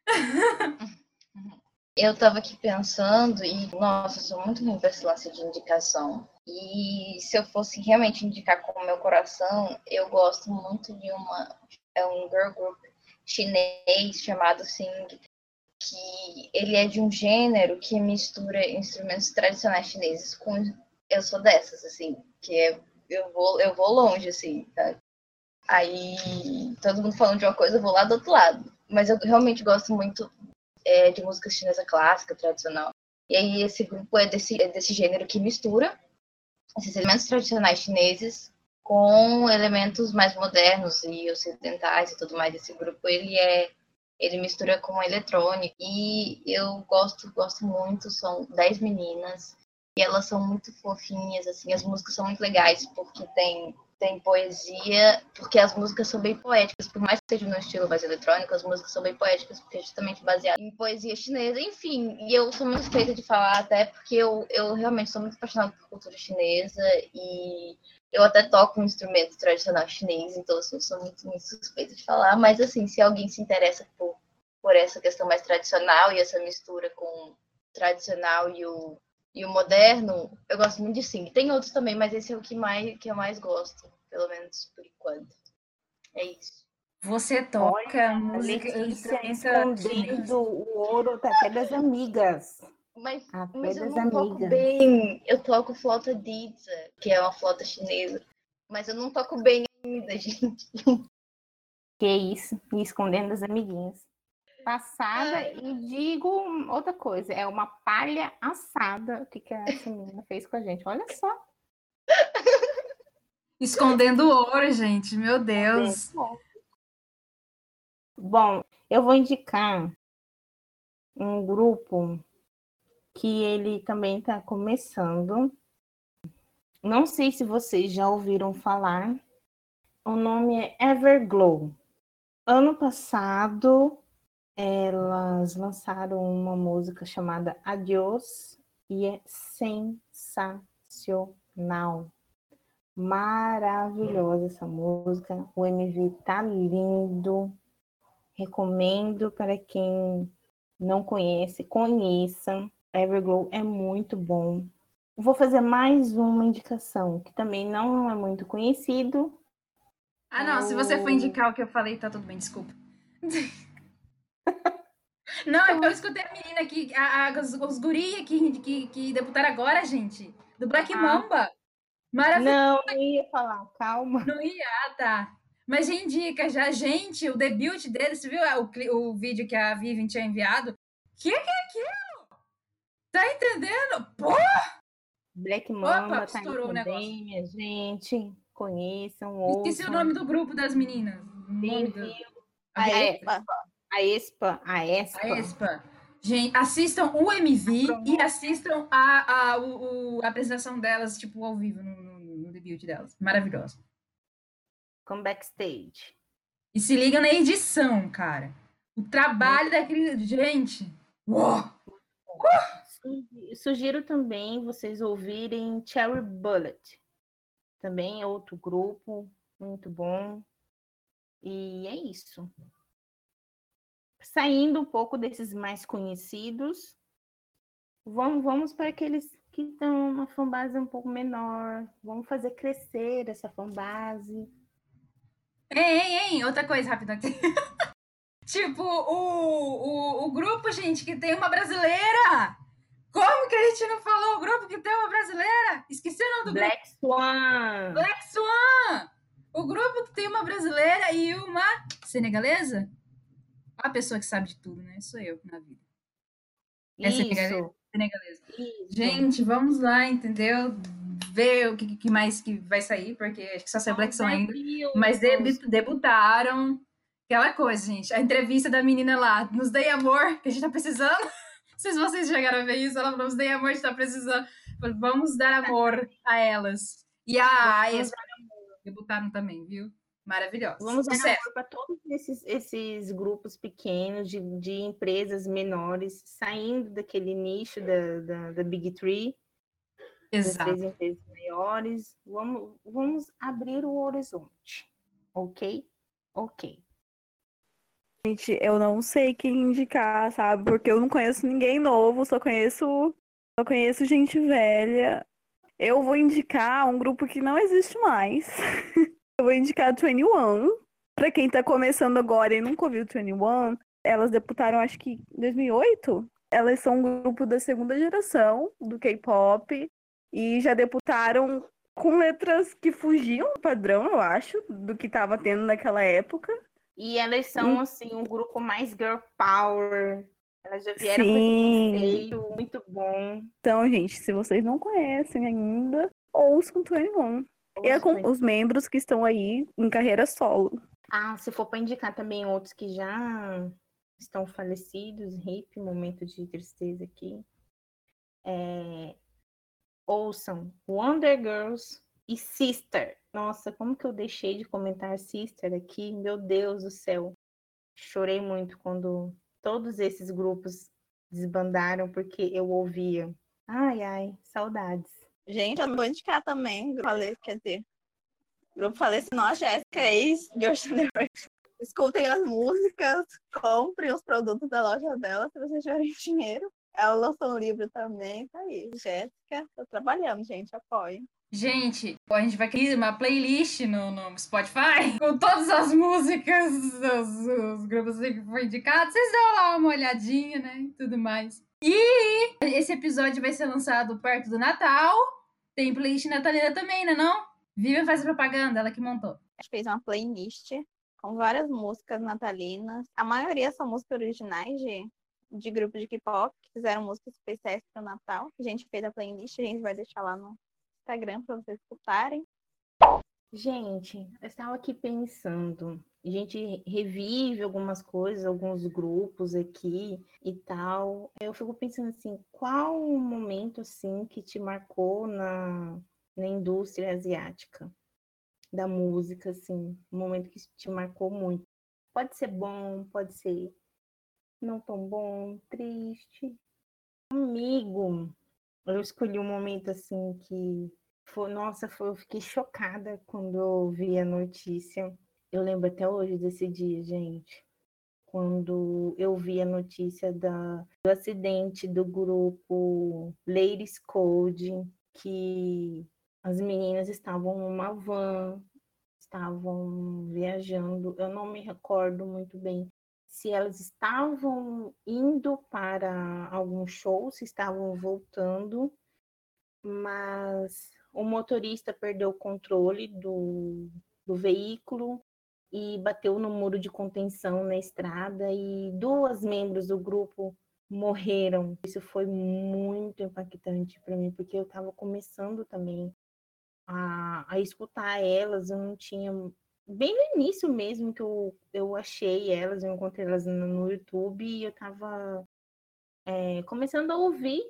Eu tava aqui pensando e, nossa, eu sou muito ruim pra esse lance de indicação. E se eu fosse realmente indicar com o meu coração, eu gosto muito de uma. É um girl group chinês chamado Sing, que ele é de um gênero que mistura instrumentos tradicionais chineses com. Eu sou dessas, assim, que é, eu, vou, eu vou longe, assim, tá? Aí todo mundo falando de uma coisa, eu vou lá do outro lado. Mas eu realmente gosto muito é, de música chinesa clássica, tradicional. E aí esse grupo é desse, é desse gênero que mistura esses elementos tradicionais chineses com elementos mais modernos e ocidentais e tudo mais. Esse grupo, ele é ele mistura com eletrônico e eu gosto gosto muito, são dez meninas e elas são muito fofinhas, assim, as músicas são muito legais porque tem tem poesia, porque as músicas são bem poéticas, por mais que seja no estilo mais eletrônico, as músicas são bem poéticas, porque é justamente baseado em poesia chinesa, enfim, e eu sou muito suspeita de falar, até porque eu, eu realmente sou muito apaixonada por cultura chinesa, e eu até toco um instrumento tradicional chinês, então eu sou, sou muito, muito suspeita de falar, mas assim, se alguém se interessa por, por essa questão mais tradicional, e essa mistura com o tradicional e o E o moderno, eu gosto muito de Sing. Tem outros também, mas esse é o que, mais, que eu mais gosto, pelo menos por enquanto. É isso. Você toca A música, Letícia instrumento chinês. escondendo o ouro até das amigas. Mas, Até mas eu das não toco amigas. bem. Eu toco flauta Diza, que é uma flauta chinesa. Mas eu não toco bem ainda, gente. Que isso, me escondendo das amiguinhas. Passada, Ai. e digo outra coisa, é uma palha assada que, que essa menina fez com a gente. Olha só. Escondendo ouro, gente. Meu Deus. Bom, eu vou indicar um grupo que ele também está começando. Não sei se vocês já ouviram falar. O nome é Everglow. Ano passado, elas lançaram uma música chamada Adiós e é sensacional. Maravilhosa essa música. O M V tá lindo. Recomendo para quem não conhece, conheça. Everglow é muito bom. Vou fazer mais uma indicação, que também não é muito conhecido. Ah, não. É Se você for o- indicar o que eu falei, tá tudo bem, desculpa. Não, é porque eu escutei a menina aqui, a, a, os, os guri aqui que, que debutaram agora, gente. Do Black Ah. Mamba. Maravilhoso. Não, não ia falar, calma. Não ia, ah, tá. Mas já indica, já, gente, o debut deles, você viu o, cli- o vídeo que a Vivian tinha enviado? Que que é aquilo? Tá entendendo? Pô! Black Opa, Mamba tá aí estourou o negócio. também, minha gente. Conheçam, Esqueci o ouçam. nome do grupo das meninas. O nome do... Envio A a Re- ESPA. A ESPA, a ESPA. a Espa. Gente, assistam o M V e assistam a, a, o, o- a apresentação delas, tipo, ao vivo, no, no, no debut delas. Maravilhosa. Com backstage. E se liga na edição, cara. O trabalho daquele... Gente! Uou! Sugi- Sugiro também vocês ouvirem Cherry Bullet. Também é outro grupo muito bom. E é isso. Saindo um pouco desses mais conhecidos, vamos, vamos para aqueles que estão uma fanbase um pouco menor. Vamos fazer crescer essa fanbase. Ei, ei, ei, outra coisa rápida aqui. Tipo, o, o, o grupo, gente, que tem uma brasileira. Como que a gente não falou o grupo que tem uma brasileira? Esqueci o nome do Black Swan. grupo. Black Swan. O grupo que tem uma brasileira e uma senegalesa. A pessoa que sabe de tudo, né? Sou eu na vida. É senegalesa? Isso. Senegalesa. Isso. Gente, vamos lá, entendeu? ver o que, que mais que vai sair, porque acho que só sei Black Swan ainda. Deus. Mas debu- debutaram. Aquela coisa, gente. A entrevista da menina lá, nos dei amor, que a gente tá precisando. Não sei se vocês chegaram a ver isso. Ela falou, nos dei amor, a gente tá precisando. Falei, vamos dar amor a elas. E a Aya debutaram também, viu? Maravilhosos. Vamos dar Sucesso. amor para todos esses, esses grupos pequenos de, de empresas menores, saindo daquele nicho da, da, da Big Three, das Exato. três empresas maiores. Vamos, vamos abrir o horizonte, ok? Ok. Gente, eu não sei quem indicar, sabe? Porque eu não conheço ninguém novo, só conheço, só conheço gente velha. Eu vou indicar um grupo que não existe mais. Eu vou indicar vinte e um. Pra quem tá começando agora e nunca ouviu vinte e um, elas debutaram acho que em dois mil e oito. Elas são um grupo da segunda geração do K-pop e já debutaram com letras que fugiam do padrão, eu acho, do que tava tendo naquela época. E elas são, Hum. assim, um grupo mais girl power. Elas já vieram Sim. com esse conceito muito bom. Então, gente, se vocês não conhecem ainda, ouçam vinte e um. E é com os membros que estão aí em carreira solo. Ah, se for para indicar também outros que já estão falecidos, hip, momento de tristeza aqui, é... ouçam Wonder Girls e Sister. Nossa, como que eu deixei de comentar Sister aqui? Meu Deus do céu. Chorei muito quando todos esses grupos desbandaram, porque eu ouvia. Ai, ai, saudades. Gente, eu não vou indicar também. Falei, quer dizer, o grupo falei, senão a Jéssica é ex-Girl Generation. Escutem as músicas, comprem os produtos da loja dela, se vocês tiverem dinheiro. Ela lançou um livro também, tá aí. Jéssica, tô trabalhando, gente, apoiem. Gente, a gente vai criar uma playlist no, no Spotify com todas as músicas, os, os grupos que foram indicados. Vocês dão lá uma olhadinha, né? E tudo mais. E esse episódio vai ser lançado perto do Natal. Tem playlist natalina também, né? Não? Vivian faz propaganda, ela que montou. A gente fez uma playlist com várias músicas natalinas. A maioria são músicas originais de, de grupos de K-pop que fizeram músicas especiais para o Natal. A gente fez a playlist, a gente vai deixar lá no Instagram para vocês escutarem. Gente, eu estava aqui pensando, a gente revive algumas coisas, alguns grupos aqui e tal. Eu fico pensando assim, qual o momento assim que te marcou na, na indústria asiática da música, assim, um momento que te marcou muito? Pode ser bom, pode ser não tão bom, triste. Comigo, eu escolhi um momento assim que foi, nossa, foi, eu fiquei chocada quando eu vi a notícia. Eu lembro até hoje desse dia, gente, quando eu vi a notícia da, do acidente do grupo Ladies Code, que as meninas estavam numa van, estavam viajando. Eu não me recordo muito bem se elas estavam indo para algum show, se estavam voltando, mas o motorista perdeu o controle do, do veículo e bateu no muro de contenção na estrada e duas membros do grupo morreram. Isso foi muito impactante para mim, porque eu estava começando também a, a escutar elas, eu não tinha... Bem no início mesmo que eu, eu achei elas, eu encontrei elas no, no YouTube e eu estava é, começando a ouvir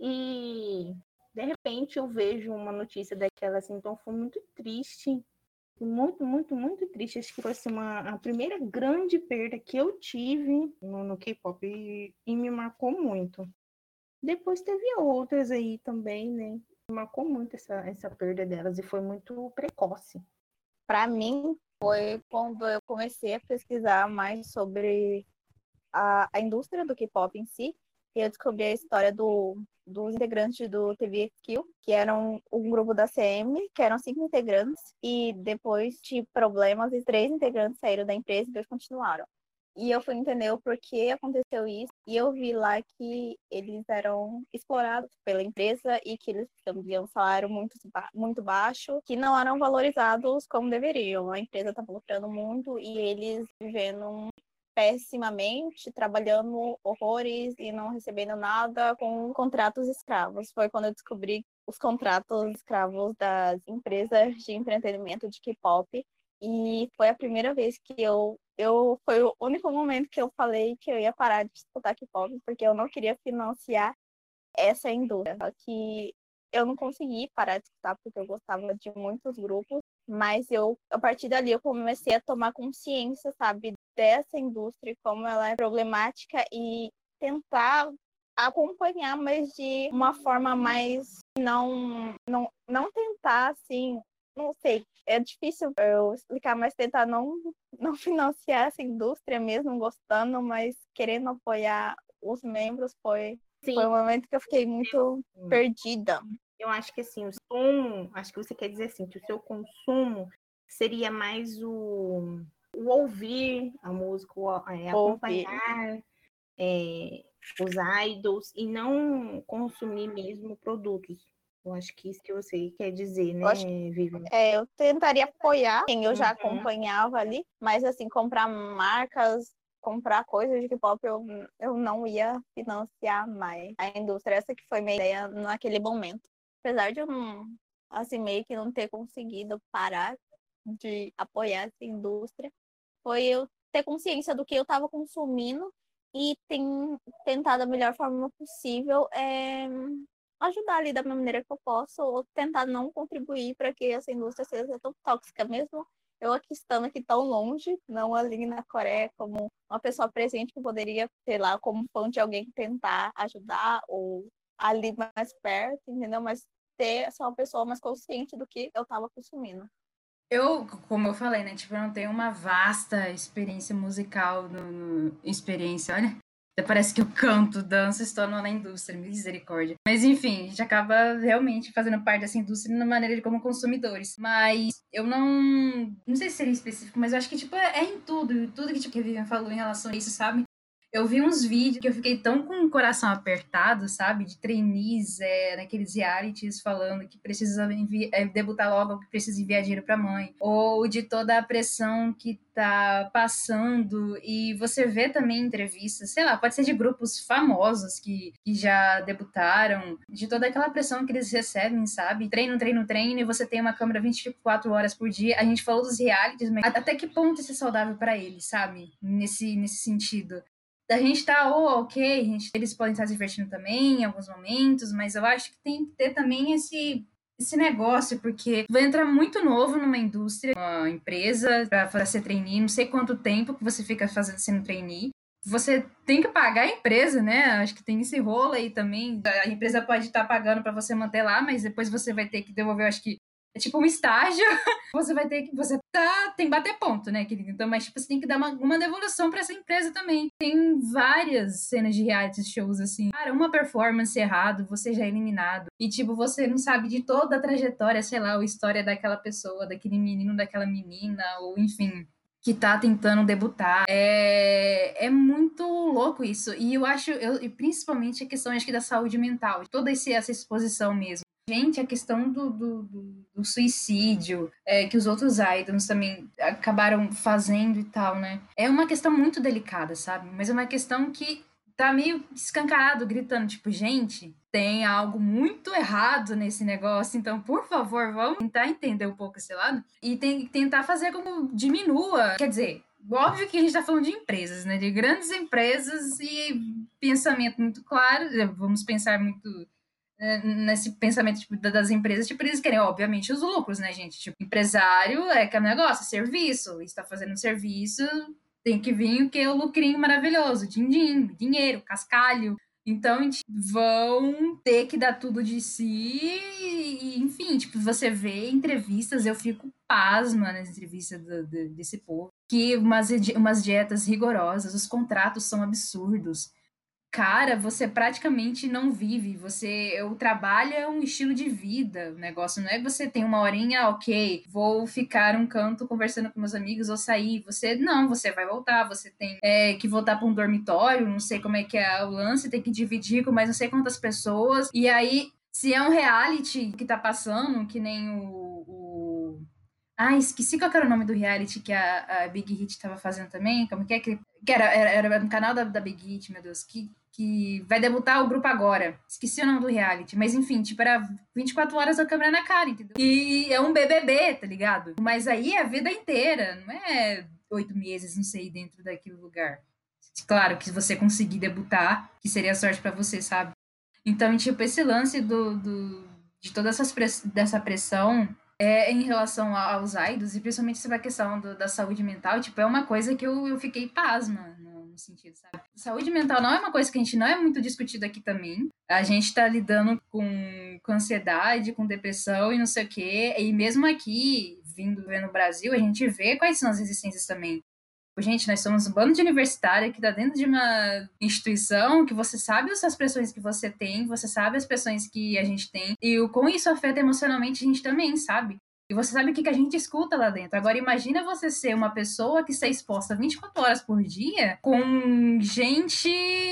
e de repente eu vejo uma notícia daquela assim, então foi muito triste, muito, muito, muito triste. Acho que foi assim, uma, a primeira grande perda que eu tive no, no K-pop e, e me marcou muito. Depois teve outras aí também, né? Me marcou muito essa, essa perda delas e foi muito precoce. Para mim, foi quando eu comecei a pesquisar mais sobre a, a indústria do K-pop em si, e eu descobri a história do, dos integrantes do T V X Q, que eram um grupo da C M, que eram cinco integrantes, e depois de problemas, os três integrantes saíram da empresa e dois continuaram. E eu fui entender o porquê aconteceu isso, e eu vi lá que eles eram explorados pela empresa e que eles recebiam um salário muito, muito baixo, que não eram valorizados como deveriam. A empresa estava lucrando muito e eles vivendo pessimamente, trabalhando horrores e não recebendo nada com contratos escravos. Foi quando eu descobri os contratos escravos das empresas de entretenimento de K-pop. E foi a primeira vez que eu, eu... Foi o único momento que eu falei que eu ia parar de escutar K-pop, porque eu não queria financiar essa indústria. Só que eu não consegui parar de escutar, porque eu gostava de muitos grupos. Mas eu, a partir dali, eu comecei a tomar consciência, sabe, dessa indústria, como ela é problemática e tentar acompanhar, mas de uma forma mais não, não, não tentar, assim, não sei, é difícil eu explicar, mas tentar não, não financiar essa indústria mesmo gostando, mas querendo apoiar os membros foi, foi um momento que eu fiquei muito Sim. perdida. Eu acho que assim, o consumo, acho que você quer dizer assim, que o seu consumo seria mais o, o ouvir a música, o, é, acompanhar é, os idols e não consumir mesmo produtos. Eu acho que isso que você quer dizer, né, Vivian? É, eu tentaria apoiar quem eu já Uhum. acompanhava ali, mas assim, comprar marcas, comprar coisas de K-pop, eu, eu não ia financiar mais a indústria. Essa que foi minha ideia naquele momento. Apesar de eu não, assim, meio que não ter conseguido parar de apoiar essa indústria, foi eu ter consciência do que eu estava consumindo e tem, tentar da melhor forma possível é, ajudar ali da maneira que eu posso, ou tentar não contribuir para que essa indústria seja tão tóxica, mesmo eu aqui estando aqui tão longe, não ali na Coreia, como uma pessoa presente que poderia, sei lá, como fã de alguém tentar ajudar, ou ali mais perto, entendeu? Mas ter ser uma pessoa mais consciente do que eu estava consumindo. Eu, como eu falei, né? Tipo, eu não tenho uma vasta experiência musical, no, no experiência, olha. Até parece que eu canto, danço, estou na indústria, misericórdia. Mas enfim, a gente acaba realmente fazendo parte dessa indústria na maneira de como consumidores. Mas eu não... Não sei se seria específico, mas eu acho que, tipo, é, é em tudo. Tudo que, tipo, que a Vivian falou em relação a isso, sabe? Eu vi uns vídeos que eu fiquei tão com o coração apertado, sabe? De trainees é, naqueles realities falando que precisa envi- é, debutar logo, que precisa enviar dinheiro pra mãe. Ou de toda a pressão que tá passando. E você vê também entrevistas, sei lá, pode ser de grupos famosos que, que já debutaram. De toda aquela pressão que eles recebem, sabe? Treino, treino, treino. E você tem uma câmera vinte e quatro horas por dia. A gente falou dos realities, mas até que ponto isso é saudável pra eles, sabe? Nesse, nesse sentido. A gente tá, oh, ok, a gente, eles podem estar se divertindo também em alguns momentos, mas eu acho que tem que ter também esse, esse negócio, porque vai entrar muito novo numa indústria, uma empresa, pra fazer ser trainee, não sei quanto tempo que você fica fazendo sendo trainee. Você tem que pagar a empresa, né? Acho que tem esse rolo aí também. A empresa pode estar pagando para você manter lá, mas depois você vai ter que devolver, acho que é tipo um estágio. Você vai ter que. Você tá, tem que bater ponto, né, querido? Então, mas tipo, você tem que dar uma, uma devolução pra essa empresa também. Tem várias cenas de reality shows, assim. Cara, uma performance errado, você já é eliminado. E, tipo, você não sabe de toda a trajetória, sei lá, a história daquela pessoa, daquele menino, daquela menina, ou enfim, que tá tentando debutar. É, é muito louco isso. E eu acho, eu, e principalmente a questão, acho que, da saúde mental. Toda esse, essa exposição mesmo. Gente, a questão do, do, do, do suicídio, é, que os outros idols também acabaram fazendo e tal, né? É uma questão muito delicada, sabe? Mas é uma questão que tá meio escancarado, gritando, tipo, gente, tem algo muito errado nesse negócio, então, por favor, vamos tentar entender um pouco esse lado e tem, tentar fazer como diminua. Quer dizer, óbvio que a gente tá falando de empresas, né? De grandes empresas e pensamento muito claro, vamos pensar muito nesse pensamento tipo, das empresas, tipo, eles querem, obviamente, os lucros, né, gente? Tipo, empresário é aquele negócio, serviço, está fazendo serviço, tem que vir o que é o lucrinho maravilhoso, din-din, dinheiro, cascalho. Então, vão ter que dar tudo de si e, enfim, tipo, você vê entrevistas, eu fico pasma nas entrevistas do, do, desse povo, que umas, umas dietas rigorosas, os contratos são absurdos. Cara, você praticamente não vive, você, o trabalho é um estilo de vida, o negócio não é que você tem uma horinha, ok, vou ficar um canto conversando com meus amigos ou sair, você, não, você vai voltar, você tem é, que voltar para um dormitório, não sei como é que é o lance, tem que dividir com mais não sei quantas pessoas, e aí, se é um reality que tá passando, que nem o, o Ah, esqueci qual que era o nome do reality que a, a Big Hit tava fazendo também. Como que é que... que era, era, era no canal da, da Big Hit, meu Deus. Que, que vai debutar o grupo agora. Esqueci o nome do reality. Mas enfim, tipo, era vinte e quatro horas a câmera na cara, entendeu? E é um B B B, tá ligado? Mas aí é a vida inteira. Não é oito meses, não sei, dentro daquele lugar. Claro que se você conseguir debutar, que seria sorte pra você, sabe? Então, tipo, esse lance do, do, de toda essas press, dessa pressão é, em relação aos idols, e principalmente sobre a questão do, da saúde mental, tipo, é uma coisa que eu, eu fiquei pasma no, no sentido, sabe? Saúde mental não é uma coisa que a gente não é muito discutido aqui também. A gente tá lidando com, com ansiedade, com depressão e não sei o quê, e mesmo aqui, vindo ver no Brasil, a gente vê quais são as resistências também. Gente, nós somos um bando de universitário que está dentro de uma instituição que você sabe as pressões que você tem, você sabe as pressões que a gente tem, e o como isso afeta emocionalmente a gente também, sabe? E você sabe o que, que a gente escuta lá dentro. Agora, imagina você ser uma pessoa que está exposta vinte e quatro horas por dia com gente...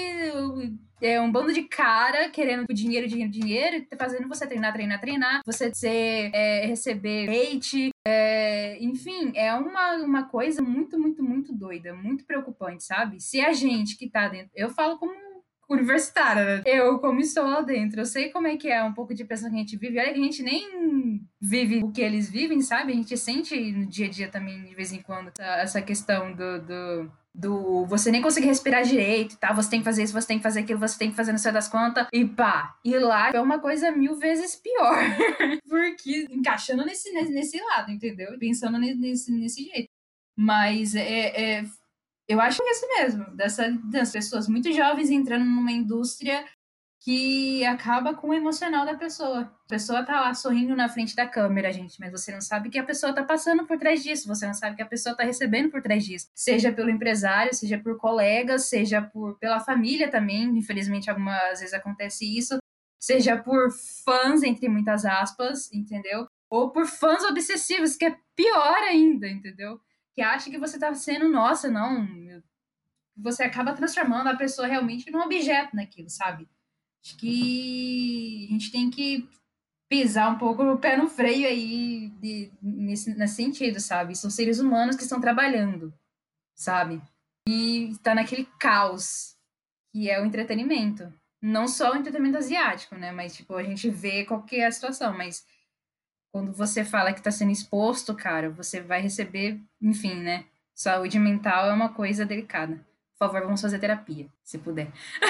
É um bando de cara querendo dinheiro, dinheiro, dinheiro, fazendo você treinar, treinar, treinar, você ser, é, receber hate, é, enfim, é uma, uma coisa muito, muito, muito doida, muito preocupante, sabe? Se a gente que tá dentro, eu falo como universitária, né? Eu, como estou lá dentro, eu sei como é que é um pouco de pressão que a gente vive, olha que a gente nem vive o que eles vivem, sabe? A gente sente no dia a dia também, de vez em quando, essa, essa questão do... do do você nem conseguir respirar direito, tá? Você tem que fazer isso, você tem que fazer aquilo, você tem que fazer no céu das contas, e pá. E lá é uma coisa mil vezes pior. Porque encaixando nesse, nesse lado, entendeu? Pensando nesse, nesse jeito. Mas é, é, eu acho isso mesmo, dessa, das pessoas muito jovens entrando numa indústria que acaba com o emocional da pessoa. A pessoa tá lá sorrindo na frente da câmera, gente, mas você não sabe que a pessoa tá passando por trás disso, você não sabe que a pessoa tá recebendo por trás disso. Seja pelo empresário, seja por colegas, seja por, pela família também, infelizmente algumas vezes acontece isso, seja por fãs, entre muitas aspas, entendeu? Ou por fãs obsessivos, que é pior ainda, entendeu? Que acha que você tá sendo, nossa, não... Você acaba transformando a pessoa realmente num objeto naquilo, sabe? Acho que a gente tem que pisar um pouco o pé no freio aí de, nesse, nesse sentido, sabe? São seres humanos que estão trabalhando, sabe? E está naquele caos que é o entretenimento. Não só o entretenimento asiático, né? Mas, tipo, a gente vê qual que é a situação. Mas quando você fala que está sendo exposto, cara, você vai receber, enfim, né? Saúde mental é uma coisa delicada. Por favor, vamos fazer terapia, se puder.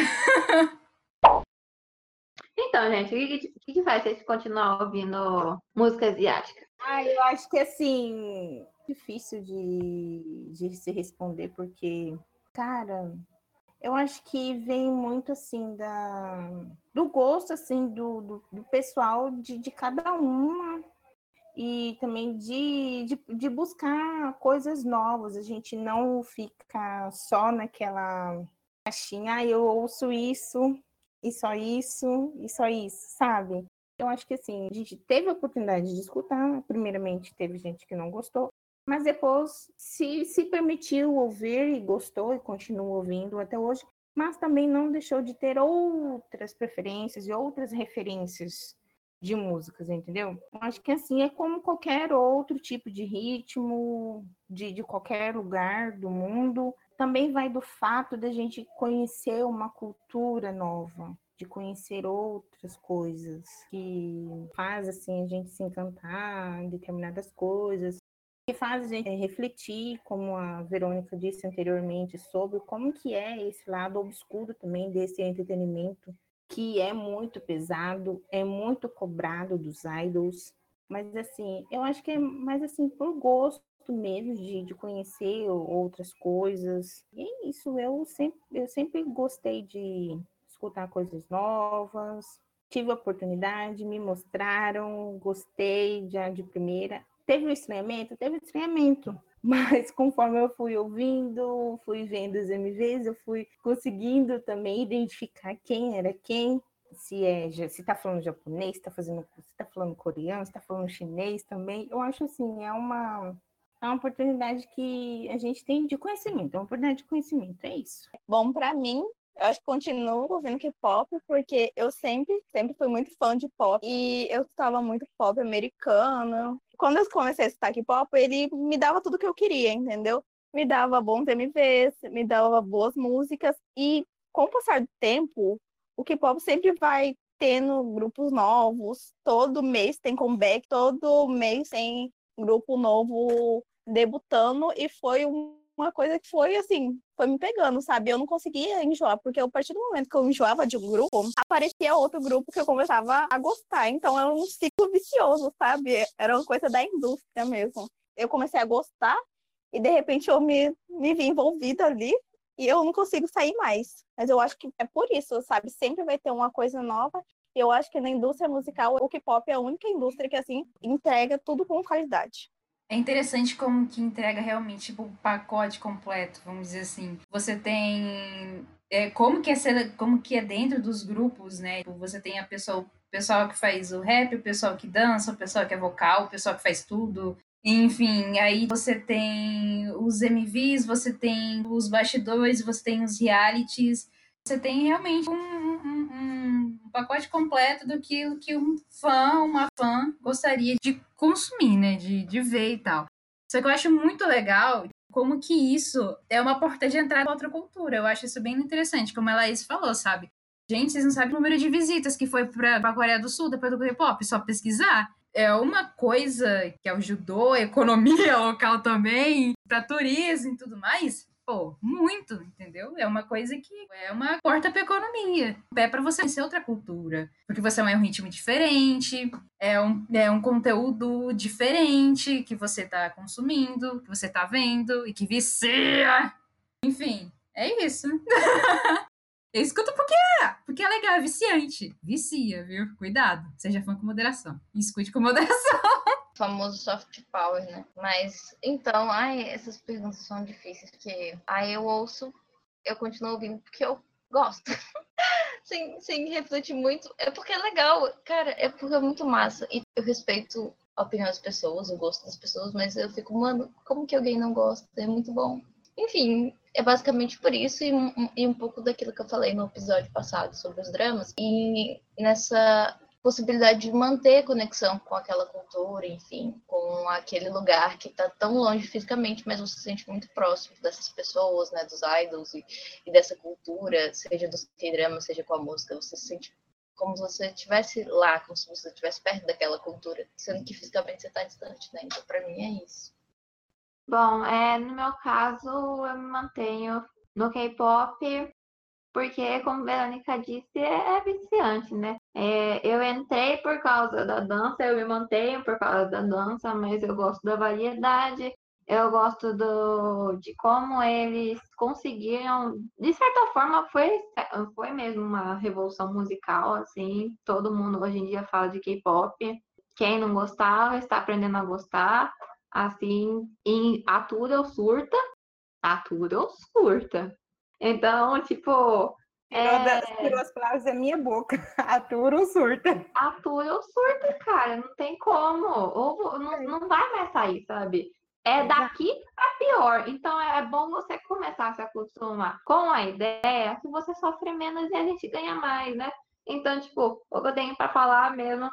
Então, gente, o que, que, que faz vocês continuar ouvindo música asiática? Ah, eu acho que assim, difícil de, de se responder, porque, cara, eu acho que vem muito assim da, do gosto assim do, do, do pessoal de, de cada uma e também de, de, de buscar coisas novas. A gente não fica só naquela caixinha, ah, eu ouço isso, e só isso, e só isso, sabe? Eu acho que assim, a gente teve a oportunidade de escutar, primeiramente teve gente que não gostou, mas depois se, se permitiu ouvir e gostou e continua ouvindo até hoje, mas também não deixou de ter outras preferências e outras referências de músicas, entendeu? Eu acho que assim é como qualquer outro tipo de ritmo, de, de qualquer lugar do mundo. Também vai do fato da gente conhecer uma cultura nova, de conhecer outras coisas, que faz assim a gente se encantar em determinadas coisas, que faz a gente refletir, como a Verônica disse anteriormente, sobre como que é esse lado obscuro também desse entretenimento, que é muito pesado, é muito cobrado dos idols, mas assim, eu acho que é mais assim por gosto mesmo de, de conhecer outras coisas. E é isso, eu sempre, eu sempre gostei de escutar coisas novas, tive a oportunidade, me mostraram, gostei já de primeira. Teve o estranhamento? Teve o estranhamento. Mas conforme eu fui ouvindo, fui vendo os M Vs, eu fui conseguindo também identificar quem era quem. Se é, se tá falando japonês, se tá fazendo, se tá falando coreano, se tá falando chinês também. Eu acho assim, é uma é uma oportunidade que a gente tem de conhecimento, é uma oportunidade de conhecimento, é isso. Bom, para mim, Eu acho que continuo ouvindo K-pop porque eu sempre, sempre fui muito fã de pop e eu estava muito pop americano. Quando eu comecei a escutar K-pop, ele me dava tudo que eu queria, entendeu? Me dava bons M Vs, me dava boas músicas e com o passar do tempo, o K-pop sempre vai tendo grupos novos, todo mês tem comeback, todo mês tem grupo novo debutando e foi um uma coisa que foi assim, foi me pegando, sabe? Eu não conseguia enjoar, porque a partir do momento que eu enjoava de um grupo, aparecia outro grupo que eu começava a gostar. Então era um ciclo vicioso, sabe? Era uma coisa da indústria mesmo. Eu comecei a gostar e de repente eu me, me vi envolvida ali e eu não consigo sair mais. Mas eu acho que é por isso, sabe? Sempre vai ter uma coisa nova. E eu acho que na indústria musical, o K-pop é a única indústria que, assim, entrega tudo com qualidade. É interessante como que entrega realmente tipo, o pacote completo, vamos dizer assim. Você tem é, como que é ser, como que é dentro dos grupos, né? Você tem a pessoa, o pessoal que faz o rap, o pessoal que dança, o pessoal que é vocal, o pessoal que faz tudo. Enfim, aí você tem os M Vs, você tem os bastidores, você tem os realities. Você tem realmente um, um, um, um pacote completo do que, que um fã, uma fã gostaria de consumir, né? De, de ver e tal. Só que eu acho muito legal como que isso é uma porta de entrada para outra cultura. Eu acho isso bem interessante, como a Laís falou, sabe? Gente, vocês não sabem o número de visitas que foi para a Coreia do Sul depois do K-pop, só pesquisar. É uma coisa que ajudou a economia local também, para turismo e tudo mais. Pô, muito, entendeu? É uma coisa que é uma porta para economia. É para você conhecer outra cultura. Porque você é um ritmo diferente, é um, é um conteúdo diferente que você tá consumindo, que você tá vendo e que vicia. Enfim, é isso. Eu escuto porque é, porque é legal, é viciante. Vicia, viu? Cuidado, seja fã com moderação. E escute com moderação. O famoso soft power, né? Mas, então, ai, essas perguntas são difíceis, porque aí eu ouço, eu continuo ouvindo porque eu gosto. sem, sem refletir muito. É porque é legal, cara, é porque é muito massa. E eu respeito a opinião das pessoas, o gosto das pessoas, mas eu fico, mano, como que alguém não gosta? É muito bom. Enfim, é basicamente por isso e um, e um pouco daquilo que eu falei no episódio passado sobre os dramas. E nessa possibilidade de manter conexão com aquela cultura, enfim, com aquele lugar que está tão longe fisicamente, mas você se sente muito próximo dessas pessoas, né, dos idols e, e dessa cultura, seja do K-drama, seja com a música, você se sente como se você estivesse lá, como se você estivesse perto daquela cultura, sendo que fisicamente você está distante, né? Então, para mim, é isso. Bom, é, no meu caso, eu me mantenho no K-pop, porque, como a Verônica disse, é, é viciante, né? É, eu entrei por causa da dança, eu me mantenho por causa da dança, mas eu gosto da variedade, eu gosto do, de como eles conseguiram, de certa forma, foi, foi mesmo uma revolução musical, assim, todo mundo hoje em dia fala de K-pop, quem não gostava está aprendendo a gostar, assim, em atura ou surta, atura ou surta. Então, tipo. Tirou, é... da, tirou as palavras da minha boca. Atura ou surta? Atura ou surta, cara. Não tem como. Ou não, não vai mais sair, sabe? É daqui pra pior. Então é bom você começar a se acostumar com a ideia que você sofre menos e a gente ganha mais, né? Então, tipo, o que eu tenho pra falar mesmo,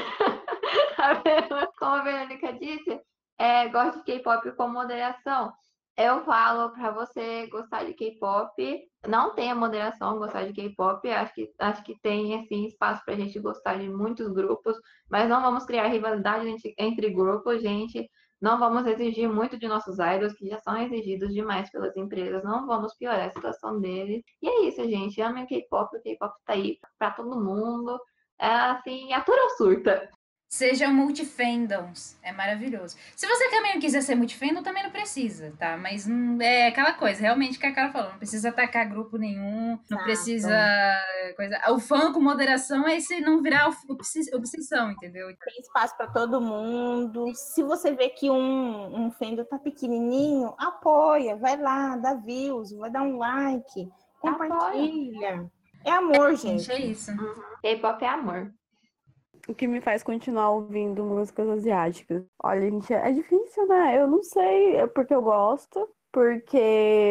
como a Verônica disse, é, gosto de K-pop com moderação. Eu falo para você gostar de K-pop, não tenha moderação gostar de K-pop, acho que, acho que tem assim, espaço para a gente gostar de muitos grupos, mas não vamos criar rivalidade entre, entre grupos, gente. Não vamos exigir muito de nossos idols, que já são exigidos demais pelas empresas, não vamos piorar a situação deles. E é isso, gente. Amem o K-pop, o K-pop tá aí para todo mundo. É assim, atura ou surta. Sejam multifandoms. É maravilhoso. Se você também não quiser ser multifandom, também não precisa, tá? Mas hum, é aquela coisa, realmente, que a cara falou. Não precisa atacar grupo nenhum, não Exato. precisa coisa... O fã com moderação é esse não virar obsessão, entendeu? Tem espaço para todo mundo. Se você vê que um, um fandom tá pequenininho, apoia, vai lá, dá views, vai dar um like, compartilha. É amor, É, gente. gente, é isso. Uhum. K-pop é amor. O que me faz continuar ouvindo músicas asiáticas. Olha, gente, é difícil, né? Eu não sei, é porque eu gosto, porque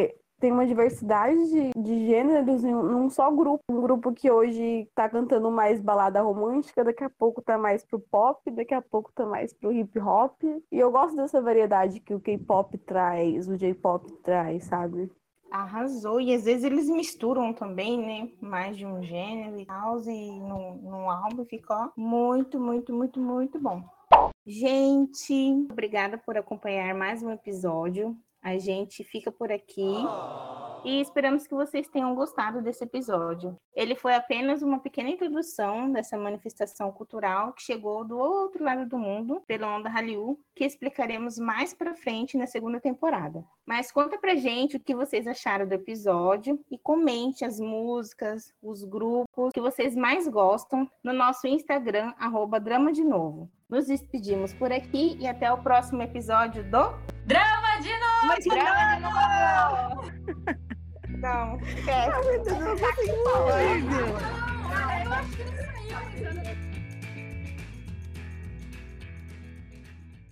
tem uma diversidade de, de gêneros em um, num só grupo. Um grupo que hoje tá cantando mais balada romântica, daqui a pouco tá mais pro pop, daqui a pouco tá mais pro hip hop. E eu gosto dessa variedade que o K-pop traz, o J-pop traz, sabe? Arrasou. E às vezes eles misturam também, né? Mais de um gênero e tal, e num, num álbum ficou muito, muito, muito, muito bom. Gente, obrigada por acompanhar mais um episódio. A gente fica por aqui e esperamos que vocês tenham gostado desse episódio. Ele foi apenas uma pequena introdução dessa manifestação cultural que chegou do outro lado do mundo, pela onda Hallyu, que explicaremos mais para frente na segunda temporada. Mas conta pra gente o que vocês acharam do episódio e comente as músicas, os grupos que vocês mais gostam no nosso Instagram, arroba Drama de Novo. Nos despedimos por aqui e até o próximo episódio do Drama de Novo! De Drama novo! Não, esquece. Não, eu não consigo falar. Eu acho que não saiu.